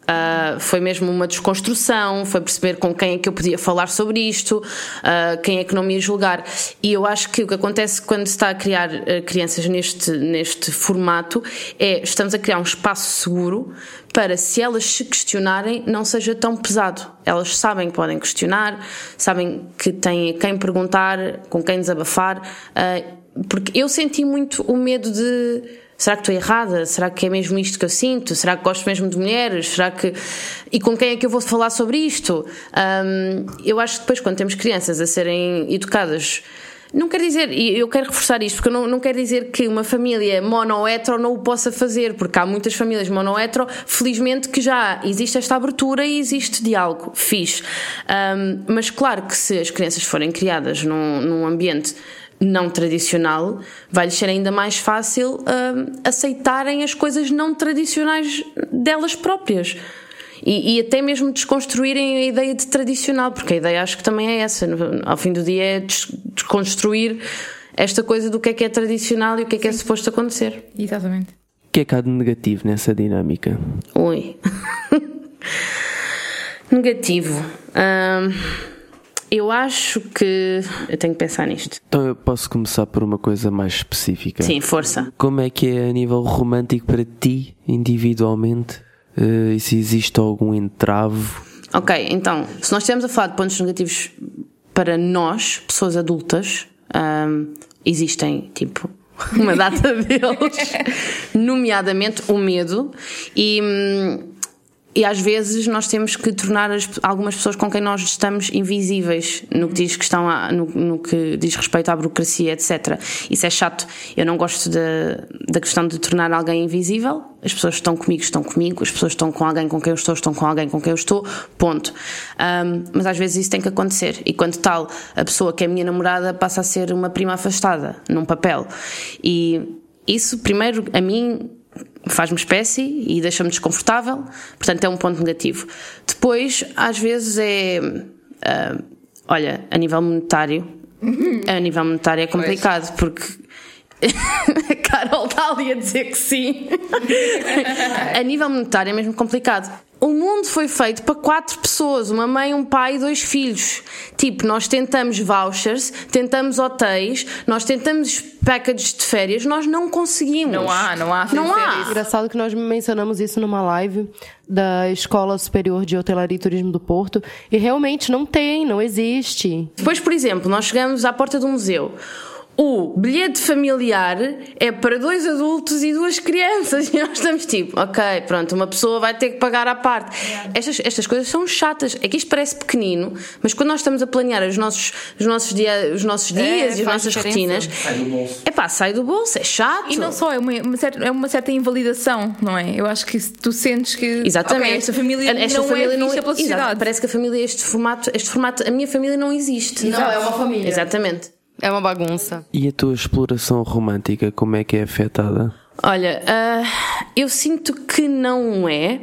Uh, foi mesmo uma desconstrução, foi perceber com quem é que eu podia falar sobre isto, uh, quem é que não me ia julgar. E eu acho que o que acontece quando se está a criar uh, crianças neste, neste formato é, estamos a criar um espaço seguro para, se elas se questionarem, não seja tão pesado. Elas sabem que podem questionar, sabem que têm a quem perguntar, com quem desabafar, uh, porque eu senti muito o medo de: será que estou errada? Será que é mesmo isto que eu sinto? Será que gosto mesmo de mulheres? Será que... E com quem é que eu vou falar sobre isto? Um, eu acho que depois, quando temos crianças a serem educadas, não quer dizer, e eu quero reforçar isto, porque não, não quer dizer que uma família mono-hetero não o possa fazer, porque há muitas famílias mono-hetero, felizmente, que já existe esta abertura e existe diálogo fixe. Um, mas claro que se as crianças forem criadas num, num ambiente não tradicional, vai-lhes ser ainda mais fácil uh, aceitarem as coisas não tradicionais delas próprias e, e até mesmo desconstruírem a ideia de tradicional, porque a ideia acho que também é essa, ao fim do dia é desconstruir esta coisa do que é que é tradicional e o que é que é suposto acontecer. Exatamente. O que é que há de negativo nessa dinâmica? Ui. Negativo. Um... Eu acho que... Eu tenho que pensar nisto. Então eu posso começar por uma coisa mais específica. Sim, força. Como é que é a nível romântico para ti, individualmente? Uh, e se existe algum entrave? Ok, então, se nós estivermos a falar de pontos negativos para nós, pessoas adultas, um, existem, tipo, uma data deles, nomeadamente o medo e... Um, E às vezes nós temos que tornar as, algumas pessoas com quem nós estamos invisíveis no que diz, questão a, no, no que diz respeito à burocracia, etcétera. Isso é chato. Eu não gosto da, da questão de tornar alguém invisível. As pessoas que estão comigo estão comigo, as pessoas que estão com alguém com quem eu estou estão com alguém com quem eu estou, ponto. Um, mas às vezes isso tem que acontecer. E quando tal, a pessoa que é minha namorada passa a ser uma prima afastada, num papel. E isso, primeiro, a mim... faz-me espécie e deixa-me desconfortável, portanto é um ponto negativo. Depois, às vezes é uh, olha, a nível monetário a nível monetário é complicado, porque a Carol está ali a dizer que sim. A nível monetário é mesmo complicado. O mundo foi feito para quatro pessoas, uma mãe, um pai e dois filhos. Tipo, nós tentamos vouchers, tentamos hotéis, nós tentamos packages de férias, nós não conseguimos. Não há, não há. Não há. Engraçado que nós mencionamos isso numa live da Escola Superior de Hotelaria e Turismo do Porto e realmente não tem, não existe. Depois, por exemplo, nós chegamos à porta do museu. O bilhete familiar é para dois adultos e duas crianças e nós estamos tipo, ok, pronto, uma pessoa vai ter que pagar à parte. Estas, estas coisas são chatas. É que isto parece pequenino, mas quando nós estamos a planear os nossos, os nossos, dia, os nossos dias é, e as nossas diferença. rotinas, sai do bolso. É pá, sai do bolso, é chato. E não só, é uma, uma certa, é uma certa invalidação, não é? Eu acho que tu sentes que exatamente. Okay, esta família esta não família é não, pela sociedade. Exato, parece que a família, este formato, este formato, a minha família não existe. Não, não é uma família. Exatamente. É uma bagunça. E a tua exploração romântica, como é que é afetada? Olha, uh, eu sinto que não é.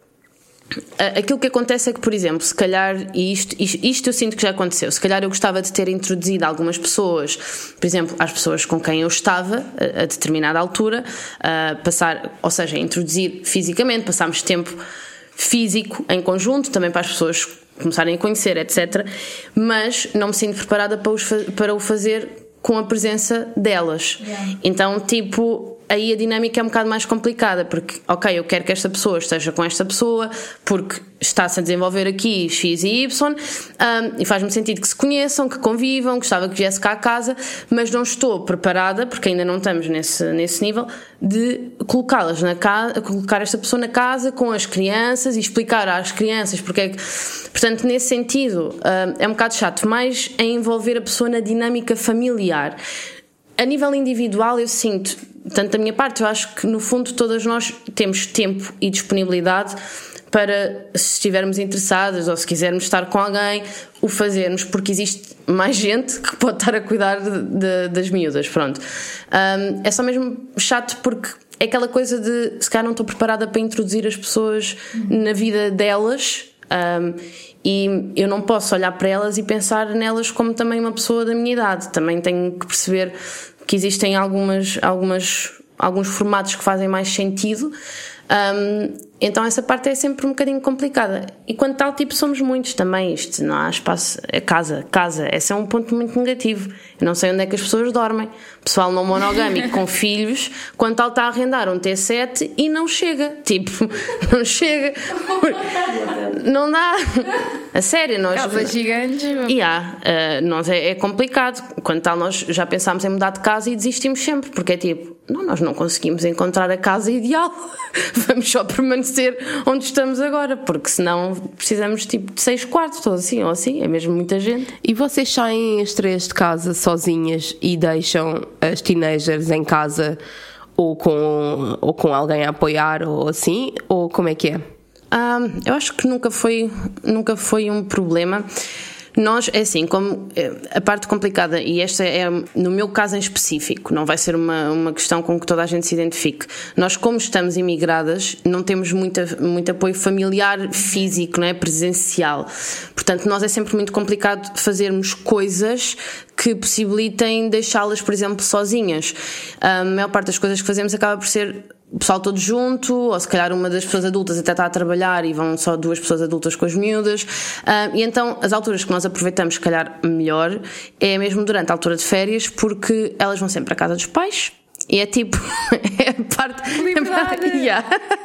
Uh, aquilo que acontece é que, por exemplo, se calhar, e isto, isto, isto eu sinto que já aconteceu, se calhar eu gostava de ter introduzido algumas pessoas, por exemplo, às pessoas com quem eu estava a, a determinada altura, uh, passar, ou seja, introduzir fisicamente, passarmos tempo físico em conjunto, também para as pessoas começarem a conhecer, etcétera. Mas não me sinto preparada para, os, para o fazer com a presença delas. Yeah. Então, tipo, aí a dinâmica é um bocado mais complicada, porque, ok, eu quero que esta pessoa esteja com esta pessoa, porque está-se a desenvolver aqui X e Y, um, e faz-me sentido que se conheçam, que convivam, gostava que viesse cá a casa, mas não estou preparada, porque ainda não estamos nesse, nesse nível, de colocá-las na casa, colocar esta pessoa na casa com as crianças e explicar às crianças porque é que... Portanto, nesse sentido, um, é um bocado chato, mais em envolver a pessoa na dinâmica familiar. A nível individual, eu sinto, tanto da minha parte, eu acho que no fundo todas nós temos tempo e disponibilidade para, se estivermos interessadas ou se quisermos estar com alguém, o fazermos, porque existe mais gente que pode estar a cuidar de, de, das miúdas, pronto. Um, é só mesmo chato porque é aquela coisa de, se calhar não estou preparada para introduzir as pessoas na vida delas, um, e eu não posso olhar para elas e pensar nelas como também uma pessoa da minha idade. Também tenho que perceber que existem algumas, algumas, alguns formatos que fazem mais sentido. Um, então essa parte é sempre um bocadinho complicada. E quanto tal, tipo, somos muitos também. Isto não há espaço. A casa, casa, esse é um ponto muito negativo. Eu não sei onde é que as pessoas dormem. Pessoal não monogâmico com filhos, quanto tal está a arrendar um T sete e não chega. Tipo, não chega. Não dá. A sério, nós. Casas gigantes. E há, uh, nós é, é complicado. Quanto tal, nós já pensámos em mudar de casa e desistimos sempre, porque é tipo, não, nós não conseguimos encontrar a casa ideal. Vamos só permanecer onde estamos agora, porque senão precisamos tipo de seis quartos, ou assim, ou assim, é mesmo muita gente. E vocês saem as três de casa sozinhas e deixam as teenagers em casa ou com, ou com alguém a apoiar ou assim? Ou como é que é? Ah, eu acho que nunca foi, nunca foi um problema. Nós, é assim, como a parte complicada, e esta é no meu caso em específico, não vai ser uma, uma questão com que toda a gente se identifique. Nós, como estamos imigradas, não temos muita, muito apoio familiar físico, não é? Presencial. Portanto, nós é sempre muito complicado fazermos coisas que possibilitem deixá-las, por exemplo, sozinhas. A maior parte das coisas que fazemos acaba por ser o pessoal todo junto, ou se calhar uma das pessoas adultas até está a trabalhar e vão só duas pessoas adultas com as miúdas, uh, e então as alturas que nós aproveitamos se calhar melhor é mesmo durante a altura de férias, porque elas vão sempre à casa dos pais. E é tipo, é a parte. Liberdade. Yeah.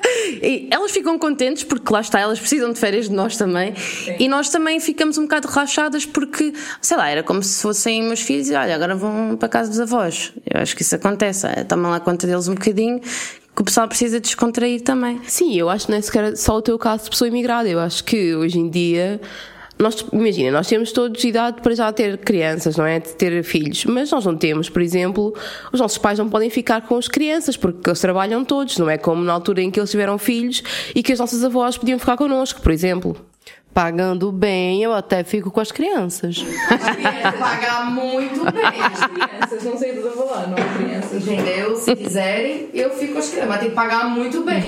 E elas ficam contentes porque lá está, elas precisam de férias de nós também. Sim. E nós também ficamos um bocado relaxadas porque, sei lá, era como se fossem meus filhos e olha, agora vão para a casa dos avós. Eu acho que isso acontece, tomam lá conta deles um bocadinho, que o pessoal precisa descontrair também. Sim, eu acho que não é sequer só o teu caso de pessoa imigrada. Eu acho que hoje em dia, nós, imagina, nós temos todos idade para já ter crianças, não é? De ter filhos, mas nós não temos, por exemplo, os nossos pais não podem ficar com as crianças porque eles trabalham todos, não é como na altura em que eles tiveram filhos e que as nossas avós podiam ficar connosco, por exemplo. Pagando bem, eu até fico com as crianças. As crianças pagar muito bem. As crianças, não sei do que eu vou falar, não é crianças. Entendeu? Se quiserem, eu fico com as crianças, mas tem que pagar muito bem.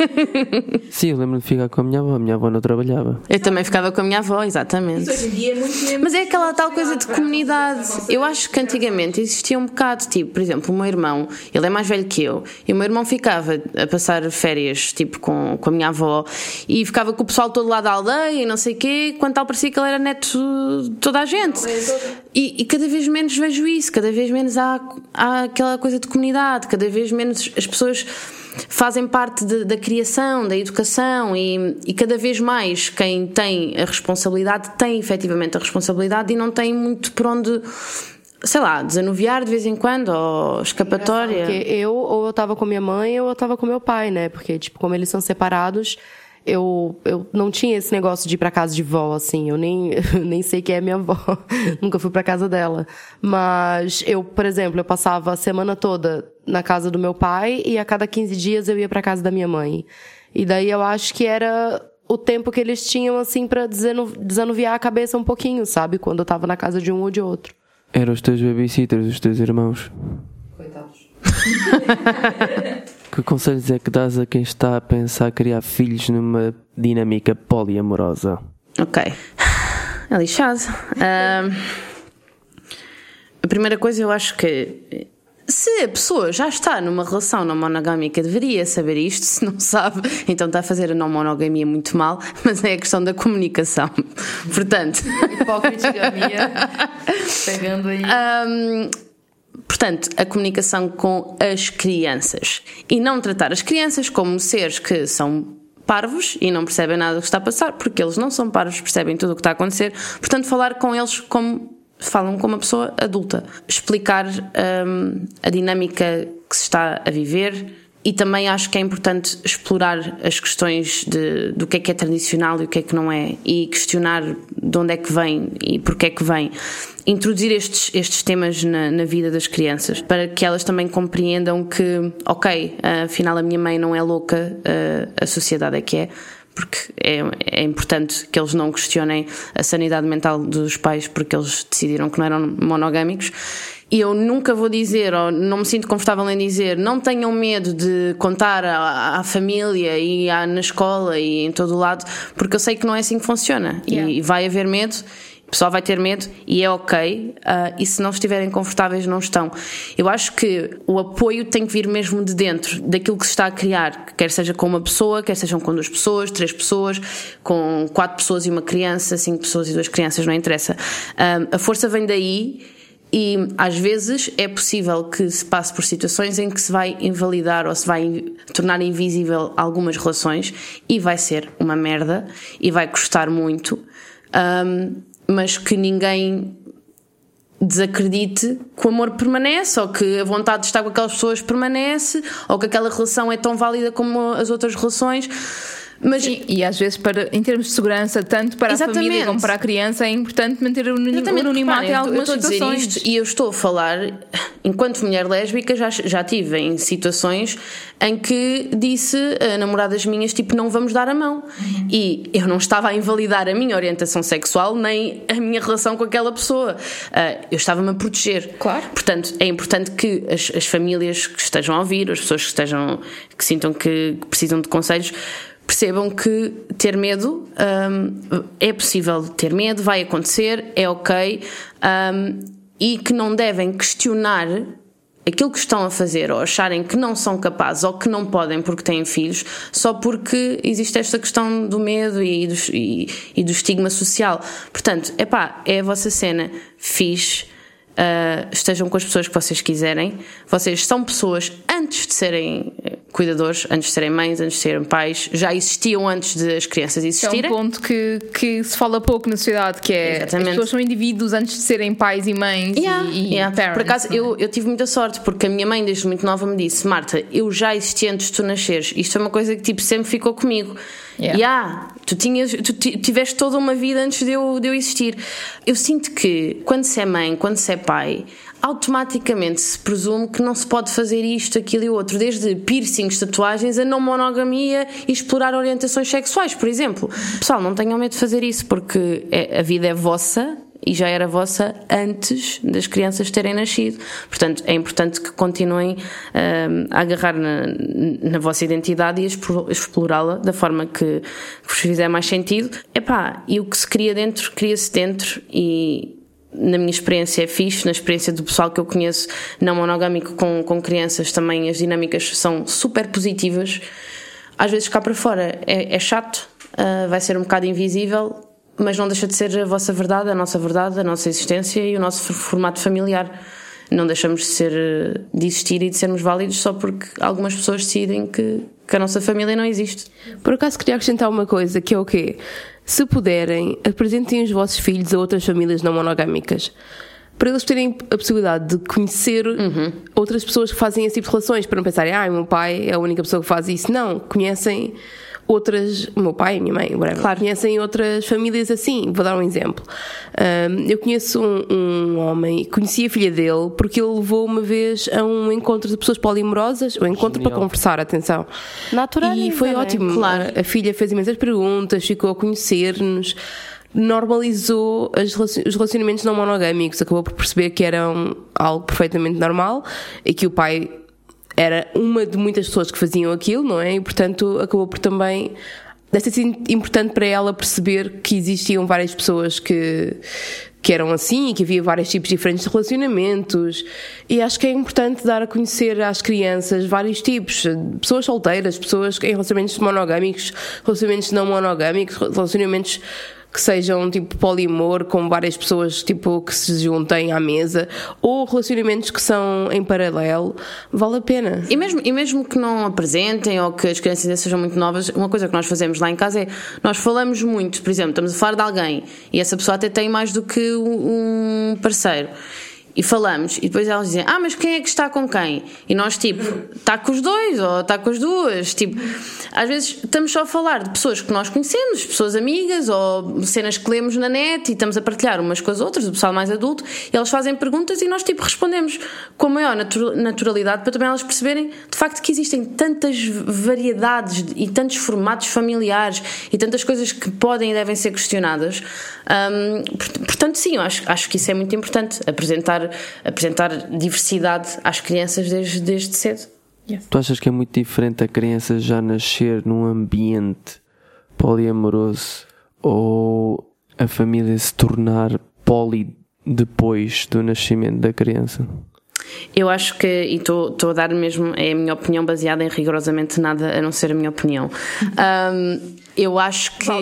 Sim, eu lembro de ficar com a minha avó. A minha avó não trabalhava. Eu também ficava com a minha avó, exatamente. Isso hoje em dia é muito mesmo. Mas é aquela tal coisa de comunidade. Eu acho que antigamente existia um bocado, tipo, por exemplo, o meu irmão, ele é mais velho que eu, e o meu irmão ficava a passar férias, tipo, com, com a minha avó, e ficava com o pessoal todo lá da aldeia, e não sei o quê, quando tal parecia que ele era neto de toda a gente. E, e cada vez menos vejo isso, cada vez menos há, há aquela coisa de comunidade, cada vez menos as pessoas fazem parte de, da criação, da educação e, e cada vez mais quem tem a responsabilidade tem efetivamente a responsabilidade e não tem muito por onde, sei lá, desanuviar de vez em quando ou escapatória. Porque eu ou eu estava com minha mãe ou eu estava com meu pai, né? Porque, tipo, como eles são separados, eu, eu não tinha esse negócio de ir pra casa de vó, assim. Eu nem, nem sei quem é minha avó. Nunca fui pra casa dela. Mas eu, por exemplo, eu passava a semana toda na casa do meu pai e a cada quinze dias eu ia pra casa da minha mãe. E daí eu acho que era o tempo que eles tinham, assim, pra desanu- desanuviar a cabeça um pouquinho, sabe? Quando eu tava na casa de um ou de outro. Eram os teus babysitters, os teus irmãos. Coitados. Que conselhos é que dás a quem está a pensar criar filhos numa dinâmica poliamorosa? Ok. É lixado. Um, a primeira coisa, eu acho que se a pessoa já está numa relação não monogâmica, deveria saber isto. Se não sabe, então está a fazer a não monogamia muito mal, mas é a questão da comunicação. Portanto, Hipocritigamia. Pegando aí. Um, Portanto, a comunicação com as crianças e não tratar as crianças como seres que são parvos e não percebem nada do que está a passar, porque eles não são parvos, percebem tudo o que está a acontecer. Portanto, falar com eles como falam com uma pessoa adulta, explicar hum, a dinâmica que se está a viver. E também acho que é importante explorar as questões de, do que é que é tradicional e o que é que não é, e questionar de onde é que vem e porquê é que vem. Introduzir estes, estes temas na, na vida das crianças, para que elas também compreendam que, ok, afinal a minha mãe não é louca, a sociedade é que é, porque é, é importante que eles não questionem a sanidade mental dos pais porque eles decidiram que não eram monogâmicos. E eu nunca vou dizer, ou não me sinto confortável em dizer, não tenham medo de contar à, à família e à, na escola e em todo o lado, porque eu sei que não é assim que funciona. Yeah. E vai haver medo, pessoal vai ter medo e é ok, uh, e se não estiverem confortáveis não estão. Eu acho que o apoio tem que vir mesmo de dentro, daquilo que se está a criar, quer seja com uma pessoa, quer sejam com duas pessoas, três pessoas, com quatro pessoas e uma criança, cinco pessoas e duas crianças, não interessa. Uh, a força vem daí. E às vezes é possível que se passe por situações em que se vai invalidar ou se vai tornar invisível algumas relações, e vai ser uma merda e vai custar muito, um, mas que ninguém desacredite que o amor permanece, ou que a vontade de estar com aquelas pessoas permanece, ou que aquela relação é tão válida como as outras relações. Mas, Sim, e às vezes, para, em termos de segurança, tanto para Exatamente. a família como para a criança, é importante manter o anonimato em algumas eu estou situações. A dizer isto, e eu estou a falar, enquanto mulher lésbica, já, já tive em situações em que disse a namoradas minhas, tipo, não vamos dar a mão. Uhum. E eu não estava a invalidar a minha orientação sexual, nem a minha relação com aquela pessoa. Uh, eu estava-me a proteger. Claro. Portanto, é importante que as, as famílias que estejam a ouvir, as pessoas que, estejam, que sintam que precisam de conselhos, percebam que ter medo um, é possível ter medo, vai acontecer, é ok, um, e que não devem questionar aquilo que estão a fazer ou acharem que não são capazes ou que não podem porque têm filhos, só porque existe esta questão do medo e do, e, e do estigma social. Portanto, epá, é a vossa cena, fixe. Uh, estejam com as pessoas que vocês quiserem. Vocês são pessoas antes de serem cuidadores, antes de serem mães, antes de serem pais, já existiam antes de as crianças existirem. É um ponto que, que se fala pouco na sociedade, que é Exatamente. As pessoas são indivíduos antes de serem pais e mães yeah, e, e yeah. parents. Por acaso eu, eu tive muita sorte, porque a minha mãe desde muito nova me disse: Marta, eu já existi antes de tu nasceres. Isto é uma coisa que tipo sempre ficou comigo. Yeah. Yeah, tu, tinhas, tu tiveste toda uma vida antes de eu, de eu existir. Eu sinto que quando se é mãe, quando se é pai, automaticamente se presume que não se pode fazer isto, aquilo e outro, desde piercings, tatuagens, a não monogamia e explorar orientações sexuais, por exemplo. Pessoal, não tenham medo de fazer isso, porque é, a vida é vossa e já era vossa antes das crianças terem nascido. Portanto, é importante que continuem um, a agarrar na, na vossa identidade e a explorá-la da forma que, que vos fizer mais sentido. Epá, e o que se cria dentro, cria-se dentro, e na minha experiência é fixe, na experiência do pessoal que eu conheço não monogâmico com, com crianças também as dinâmicas são super positivas. Às vezes cá para fora é, é chato, uh, vai ser um bocado invisível, mas não deixa de ser a vossa verdade, a nossa verdade, a nossa existência e o nosso formato familiar. Não deixamos de ser, de existir e de sermos válidos só porque algumas pessoas decidem que, que a nossa família não existe. Por acaso queria acrescentar uma coisa, que é o quê? Se puderem, apresentem os vossos filhos a outras famílias não monogâmicas, para eles terem a possibilidade de conhecer uhum. outras pessoas que fazem esse tipo de relações, para não pensarem, ah, o meu pai é a única pessoa que faz isso. Não, conhecem outras, o meu pai, a minha mãe, whatever, claro. Conhecem outras famílias assim. Vou dar um exemplo. Um, eu conheço um, um homem, conheci a filha dele porque ele levou uma vez a um encontro de pessoas polimorosas, um encontro Genial. Para conversar, atenção. Natural. E foi ótimo. Claro. A, a filha fez imensas perguntas, ficou a conhecer-nos, normalizou as, os relacionamentos não monogâmicos, acabou por perceber que eram algo perfeitamente normal e que o pai era uma de muitas pessoas que faziam aquilo, não é? E portanto acabou por também deve ter sido importante para ela perceber que existiam várias pessoas que, que eram assim e que havia vários tipos diferentes de relacionamentos. E acho que é importante dar a conhecer às crianças vários tipos, pessoas solteiras, pessoas em relacionamentos monogâmicos, relacionamentos não monogâmicos, relacionamentos que sejam tipo polimor, com várias pessoas tipo que se juntem à mesa, ou relacionamentos que são em paralelo, vale a pena. E mesmo, e mesmo que não apresentem ou que as crianças ainda sejam muito novas, uma coisa que nós fazemos lá em casa é, nós falamos muito, por exemplo, estamos a falar de alguém e essa pessoa até tem mais do que um parceiro. E falamos, e depois elas dizem, ah, mas quem é que está com quem? E nós tipo, está com os dois ou está com as duas. Tipo, às vezes estamos só a falar de pessoas que nós conhecemos, pessoas amigas ou cenas que lemos na net e estamos a partilhar umas com as outras, o pessoal mais adulto, e elas fazem perguntas e nós tipo respondemos com a maior naturalidade para também elas perceberem de facto que existem tantas variedades e tantos formatos familiares e tantas coisas que podem e devem ser questionadas. Um, portanto sim, eu acho, acho que isso é muito importante, apresentar apresentar diversidade às crianças desde, desde cedo. Yeah. Tu achas que é muito diferente a criança já nascer num ambiente poliamoroso ou a família se tornar poli depois do nascimento da criança? Eu acho que, e estou a dar mesmo, é a minha opinião baseada em rigorosamente nada a não ser a minha opinião. Um, eu acho que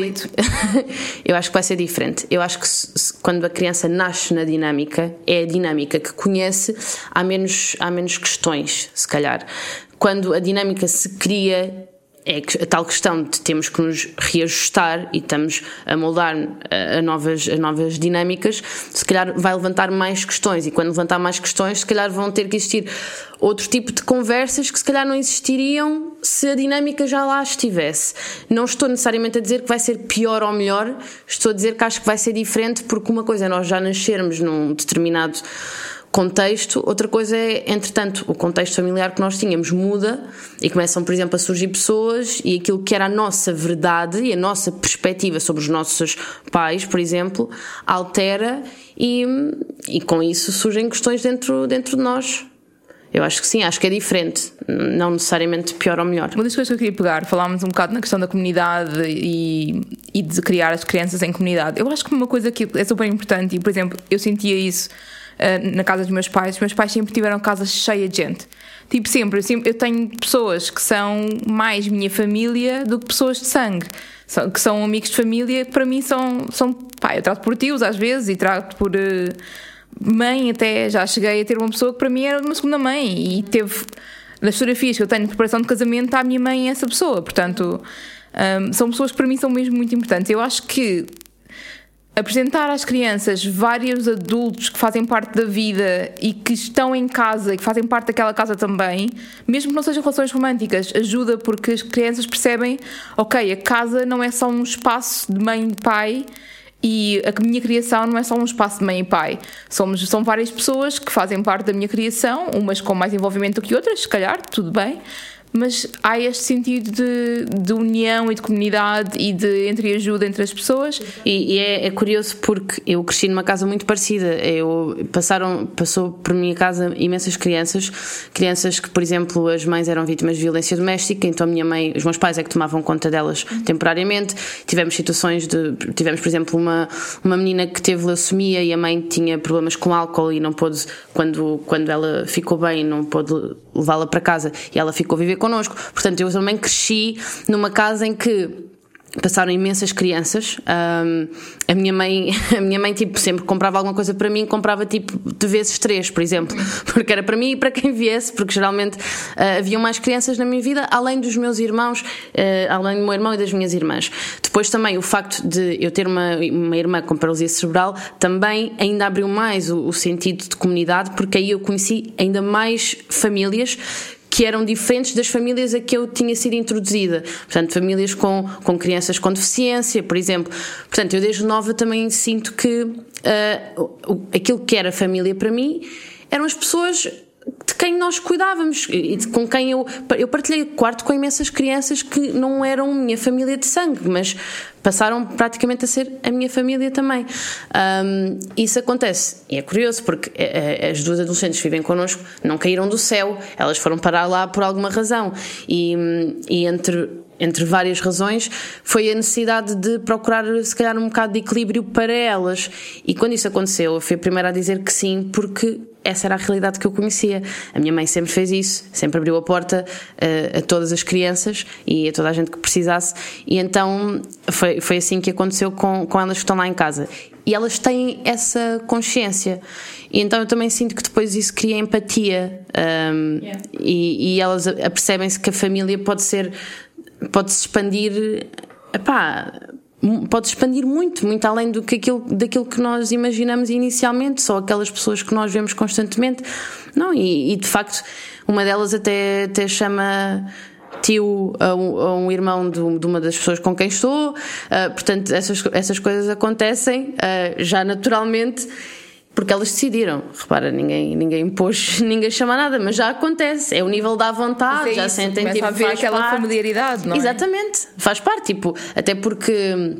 eu acho que vai ser diferente. Eu acho que se, se, quando a criança nasce na dinâmica, é a dinâmica que conhece, há menos, há menos questões, se calhar. Quando a dinâmica se cria, é a tal questão de temos que nos reajustar e estamos a moldar a, a, novas, a novas dinâmicas, se calhar vai levantar mais questões, e quando levantar mais questões, se calhar vão ter que existir outro tipo de conversas que se calhar não existiriam se a dinâmica já lá estivesse. Não estou necessariamente a dizer que vai ser pior ou melhor, estou a dizer que acho que vai ser diferente, porque uma coisa é nós já nascermos num determinado contexto, outra coisa é, entretanto, o contexto familiar que nós tínhamos muda e começam, por exemplo, a surgir pessoas, e aquilo que era a nossa verdade e a nossa perspectiva sobre os nossos pais, por exemplo, altera, e, e com isso surgem questões dentro, dentro de nós. Eu acho que sim, acho que é diferente, não necessariamente pior ou melhor. Uma das coisas que eu queria pegar, falámos um bocado na questão da comunidade e, e de criar as crianças em comunidade. Eu acho que uma coisa que é super importante, e por exemplo, eu sentia isso uh, na casa dos meus pais. Os meus pais sempre tiveram casa cheia de gente. Tipo, sempre, eu, sempre, eu tenho pessoas que são mais minha família do que pessoas de sangue, que são amigos de família, que para mim são, são pá, eu trato por tios às vezes e trato por... Uh, mãe, até já cheguei a ter uma pessoa que para mim era uma segunda mãe, e teve nas fotografias que eu tenho de preparação de casamento, a minha mãe é essa pessoa. Portanto, um, são pessoas que para mim são mesmo muito importantes. Eu acho que apresentar às crianças vários adultos que fazem parte da vida e que estão em casa e que fazem parte daquela casa também, mesmo que não sejam relações românticas, ajuda, porque as crianças percebem, ok, a casa não é só um espaço de mãe e pai, e a minha criação não é só um espaço de mãe e pai. Somos, são várias pessoas que fazem parte da minha criação, umas com mais envolvimento do que outras, se calhar, tudo bem, mas há este sentido de, de união e de comunidade e de entreajuda entre as pessoas. E, e é, é curioso porque eu cresci numa casa muito parecida. Eu, passaram, passou por minha casa imensas crianças, crianças que, por exemplo, as mães eram vítimas de violência doméstica, então a minha mãe, os meus pais é que tomavam conta delas temporariamente. Tivemos situações de, tivemos, por exemplo, uma, uma menina que teve leucemia e a mãe tinha problemas com álcool e não pôde, quando, quando ela ficou bem, não pôde levá-la para casa, e ela ficou a viver connosco. Portanto, eu também cresci numa casa em que passaram imensas crianças. Um, a minha mãe, a minha mãe tipo, sempre comprava alguma coisa para mim, comprava tipo de vezes três, por exemplo, porque era para mim e para quem viesse, porque geralmente uh, haviam mais crianças na minha vida, além dos meus irmãos, uh, além do meu irmão e das minhas irmãs. Depois também o facto de eu ter uma, uma irmã com paralisia cerebral também ainda abriu mais o, o sentido de comunidade, porque aí eu conheci ainda mais famílias que eram diferentes das famílias a que eu tinha sido introduzida. Portanto, famílias com, com crianças com deficiência, por exemplo. Portanto, eu desde nova também sinto que uh, aquilo que era família para mim eram as pessoas de quem nós cuidávamos e de, com quem eu, eu partilhei quarto com imensas crianças que não eram minha família de sangue, mas passaram praticamente a ser a minha família também. Um, isso acontece, e é curioso porque as duas adolescentes que vivem connosco não caíram do céu, elas foram parar lá por alguma razão, e, e entre, entre várias razões foi a necessidade de procurar se calhar um bocado de equilíbrio para elas, e quando isso aconteceu eu fui a primeira a dizer que sim, porque essa era a realidade que eu conhecia. A minha mãe sempre fez isso, sempre abriu a porta uh, a todas as crianças e a toda a gente que precisasse, e então foi, foi assim que aconteceu com, com elas que estão lá em casa, e elas têm essa consciência, e então eu também sinto que depois isso cria empatia, um, yeah. e, e elas apercebem-se que a família pode ser, pode se expandir, epá, pode expandir muito, muito além do que aquilo, daquilo que nós imaginamos inicialmente, só aquelas pessoas que nós vemos constantemente. Não, e, e de facto uma delas até, até chama tio a um, a um irmão de, de uma das pessoas com quem estou, uh, portanto essas, essas coisas acontecem uh, já naturalmente, porque elas decidiram. Repara, ninguém, ninguém impôs, ninguém chama nada, mas já acontece, é o nível da vontade, é já isso, sentem, tipo, a ver aquela parte. Familiaridade, não é? Exatamente, faz parte, tipo, até porque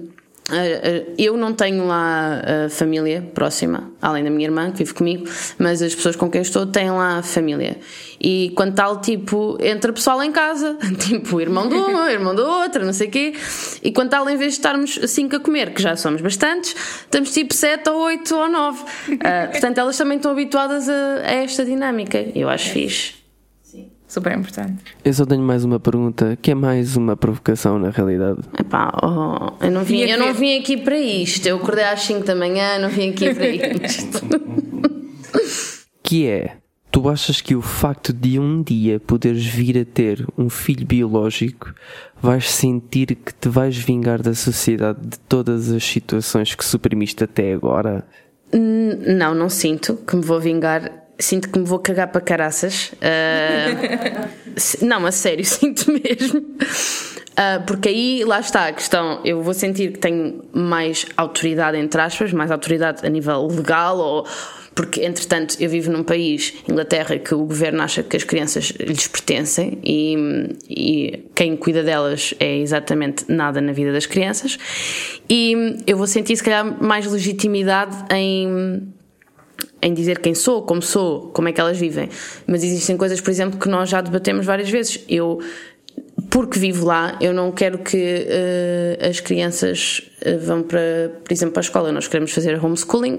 Eu não tenho lá a família próxima, além da minha irmã que vive comigo, mas as pessoas com quem estou têm lá a família. E quando tal, tipo, entra pessoal em casa, tipo, irmão de uma, irmão da outra, não sei o quê. E quando tal, em vez de estarmos cinco a comer, que já somos bastantes, estamos tipo sete ou oito ou nove. Uh, portanto, elas também estão habituadas a, a esta dinâmica. Eu acho fixe. Super importante. Eu só tenho mais uma pergunta, que é mais uma provocação na realidade. Epá, oh, eu, não vim, eu não vim aqui para isto. Eu acordei às cinco da manhã, não vim aqui para isto. Que é, tu achas que o facto de um dia poderes vir a ter um filho biológico vais sentir que te vais vingar da sociedade de todas as situações que suprimiste até agora? Não, não sinto que me vou vingar. Sinto que me vou cagar para caraças. Uh, não, a sério, sinto mesmo. Uh, porque aí, lá está a questão. Eu vou sentir que tenho mais autoridade, entre aspas, mais autoridade a nível legal, ou porque, entretanto, eu vivo num país, Inglaterra, que o governo acha que as crianças lhes pertencem e, e quem cuida delas é exatamente nada na vida das crianças. E eu vou sentir, se calhar, mais legitimidade em... em dizer quem sou, como sou, como é que elas vivem. Mas existem coisas, por exemplo, que nós já debatemos várias vezes. Eu, porque vivo lá, eu não quero que uh, as crianças uh, vão para, por exemplo, para a escola. Nós queremos fazer homeschooling.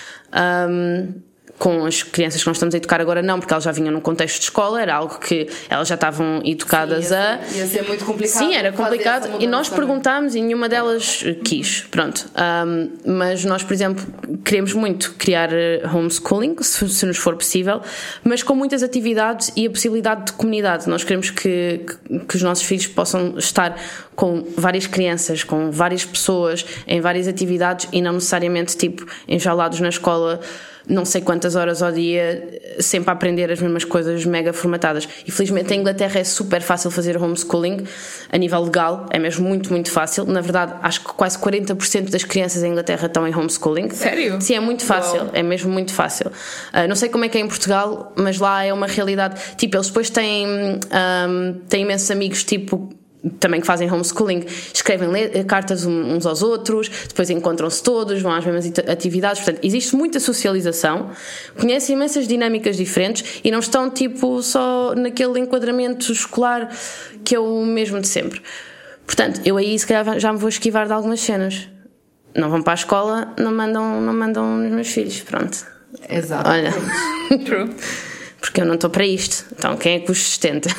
Um, com as crianças que nós estamos a educar agora não, porque elas já vinham num contexto de escola, era algo que elas já estavam educadas. Sim, ia a... ser, ia ser muito complicado. Sim, era complicado e nós também. Perguntámos e nenhuma delas quis, pronto. Um, mas nós, por exemplo, queremos muito criar homeschooling, se, se nos for possível, mas com muitas atividades e a possibilidade de comunidade. Nós queremos que, que, que os nossos filhos possam estar com várias crianças, com várias pessoas, em várias atividades e não necessariamente tipo enjaulados na escola não sei quantas horas ao dia, sempre a aprender as mesmas coisas mega formatadas. E felizmente em Inglaterra é super fácil fazer homeschooling a nível legal, é mesmo muito, muito fácil. Na verdade, acho que quase quarenta por cento das crianças em Inglaterra estão em homeschooling. Sério? Sim, é muito fácil, Uau. É mesmo muito fácil. Uh, não sei como é que é em Portugal, mas lá é uma realidade. Tipo, eles depois têm, um, têm imensos amigos, tipo, também que fazem homeschooling, escrevem cartas uns aos outros, depois encontram-se todos, vão às mesmas atividades. Portanto, existe muita socialização, conhecem imensas dinâmicas diferentes e não estão tipo só naquele enquadramento escolar que é o mesmo de sempre. Portanto, eu aí se calhar já me vou esquivar de algumas cenas. Não vão para a escola, não mandam, não mandam nos meus filhos, pronto. Exato. Olha, True. porque eu não estou para isto, então quem é que os sustenta?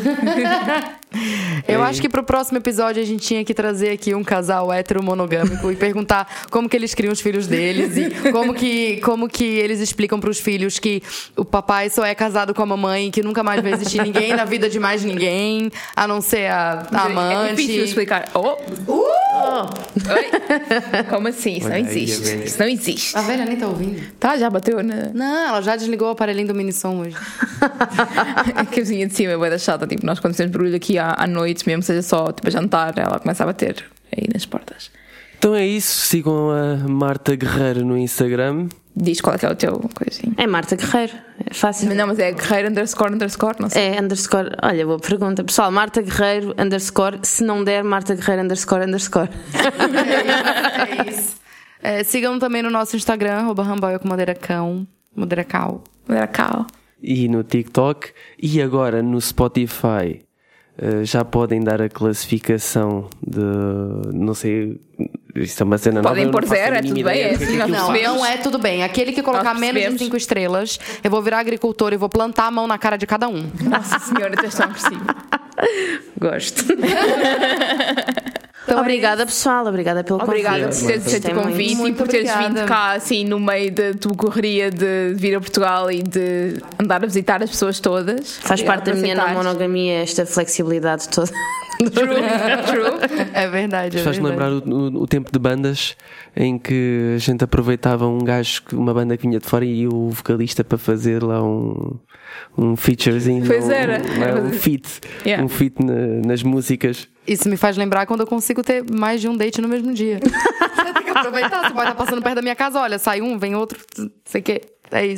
Eu acho que pro próximo episódio a gente tinha que trazer aqui um casal heteromonogâmico e perguntar como que eles criam os filhos deles e como que, como que eles explicam pros filhos que o papai só é casado com a mamãe, que nunca mais vai existir ninguém na vida de mais ninguém, a não ser a, a amante. É difícil explicar. Oh. Oh. Oi? Como assim? Isso não Olha aí, existe. a velha. Isso não existe. A velha nem tá ouvindo. Tá, já bateu na. Não, ela já desligou o aparelhinho do mini-som hoje. Que a vizinha de cima é bué da chata. Tipo, nós quando temos barulho aqui à, à noite, mesmo seja só tipo, a jantar, ela começa a bater aí nas portas. Então é isso, sigam a Marta Guerreiro no Instagram. Diz qual é que é o teu coisinho. É Marta Guerreiro, é fácil. Não, mas é guerreiro underscore underscore, não sei. É underscore, olha, boa pergunta. Pessoal, Marta Guerreiro underscore, se não der, Marta Guerreiro underscore underscore. É isso. É, sigam também no nosso Instagram, arroba ramboia com moderacão. Moderacal. Era cal. E no TikTok. E agora no Spotify. Uh, já podem dar a classificação de. Não sei. Isto é uma cena nova. Podem pôr zero, é tudo bem. É assim, nós Não, percebemos. não é tudo bem. Aquele que colocar Nós menos de percebemos. cinco estrelas, eu vou virar agricultor e vou plantar a mão na cara de cada um. Nossa senhora, tu és tão agressivo. Gosto. Então, Obrigada, pessoal. Obrigada pelo Obrigada por convite. teres aceito Gostei o convite muito. e por teres Muito vindo obrigada. cá assim no meio da tua correria de vir a Portugal e de andar a visitar as pessoas todas. Faz parte da Obrigada por minha não aceitares. monogamia esta flexibilidade toda. True, true. É verdade, é Faz-me verdade. lembrar o, o, o tempo de bandas em que a gente aproveitava um gajo, uma banda que vinha de fora e o vocalista para fazer lá um, um featurezinho. Pois um, era. Um, um feat. Yeah. Um feat na- nas músicas. Isso me faz lembrar quando eu consigo ter mais de um date no mesmo dia. Você tem que aproveitar, você pode estar passando perto da minha casa, olha, sai um, vem outro, não sei o quê. É isso.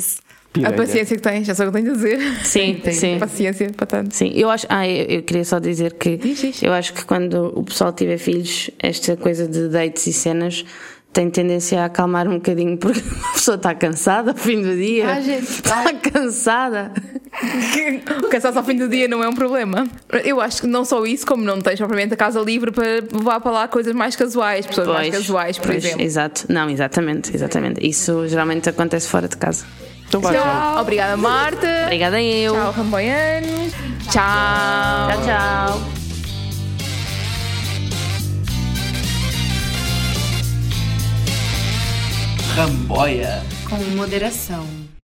Piranha. A paciência que tens, já sei o que eu tenho a dizer. Sim, Tem sim. paciência para tanto. Sim, eu acho. Ah, eu, eu queria só dizer que Diz, diz. eu acho que quando o pessoal tiver filhos, esta coisa de dates e cenas tem tendência a acalmar um bocadinho, porque a pessoa está cansada ao fim do dia. Ah, gente, está cansada. O cansaço ao fim do dia não é um problema. Eu acho que não só isso, como não tens propriamente a casa livre para levar para lá coisas mais casuais, pessoas mais casuais, por pois, exemplo. Exato, não, exatamente, exatamente. Isso geralmente acontece fora de casa. Então vai, Tchau. Obrigada, Marta. Obrigada eu. Tchau, Ramboianos. Tchau. Tchau, tchau. Ramboia. Com moderação.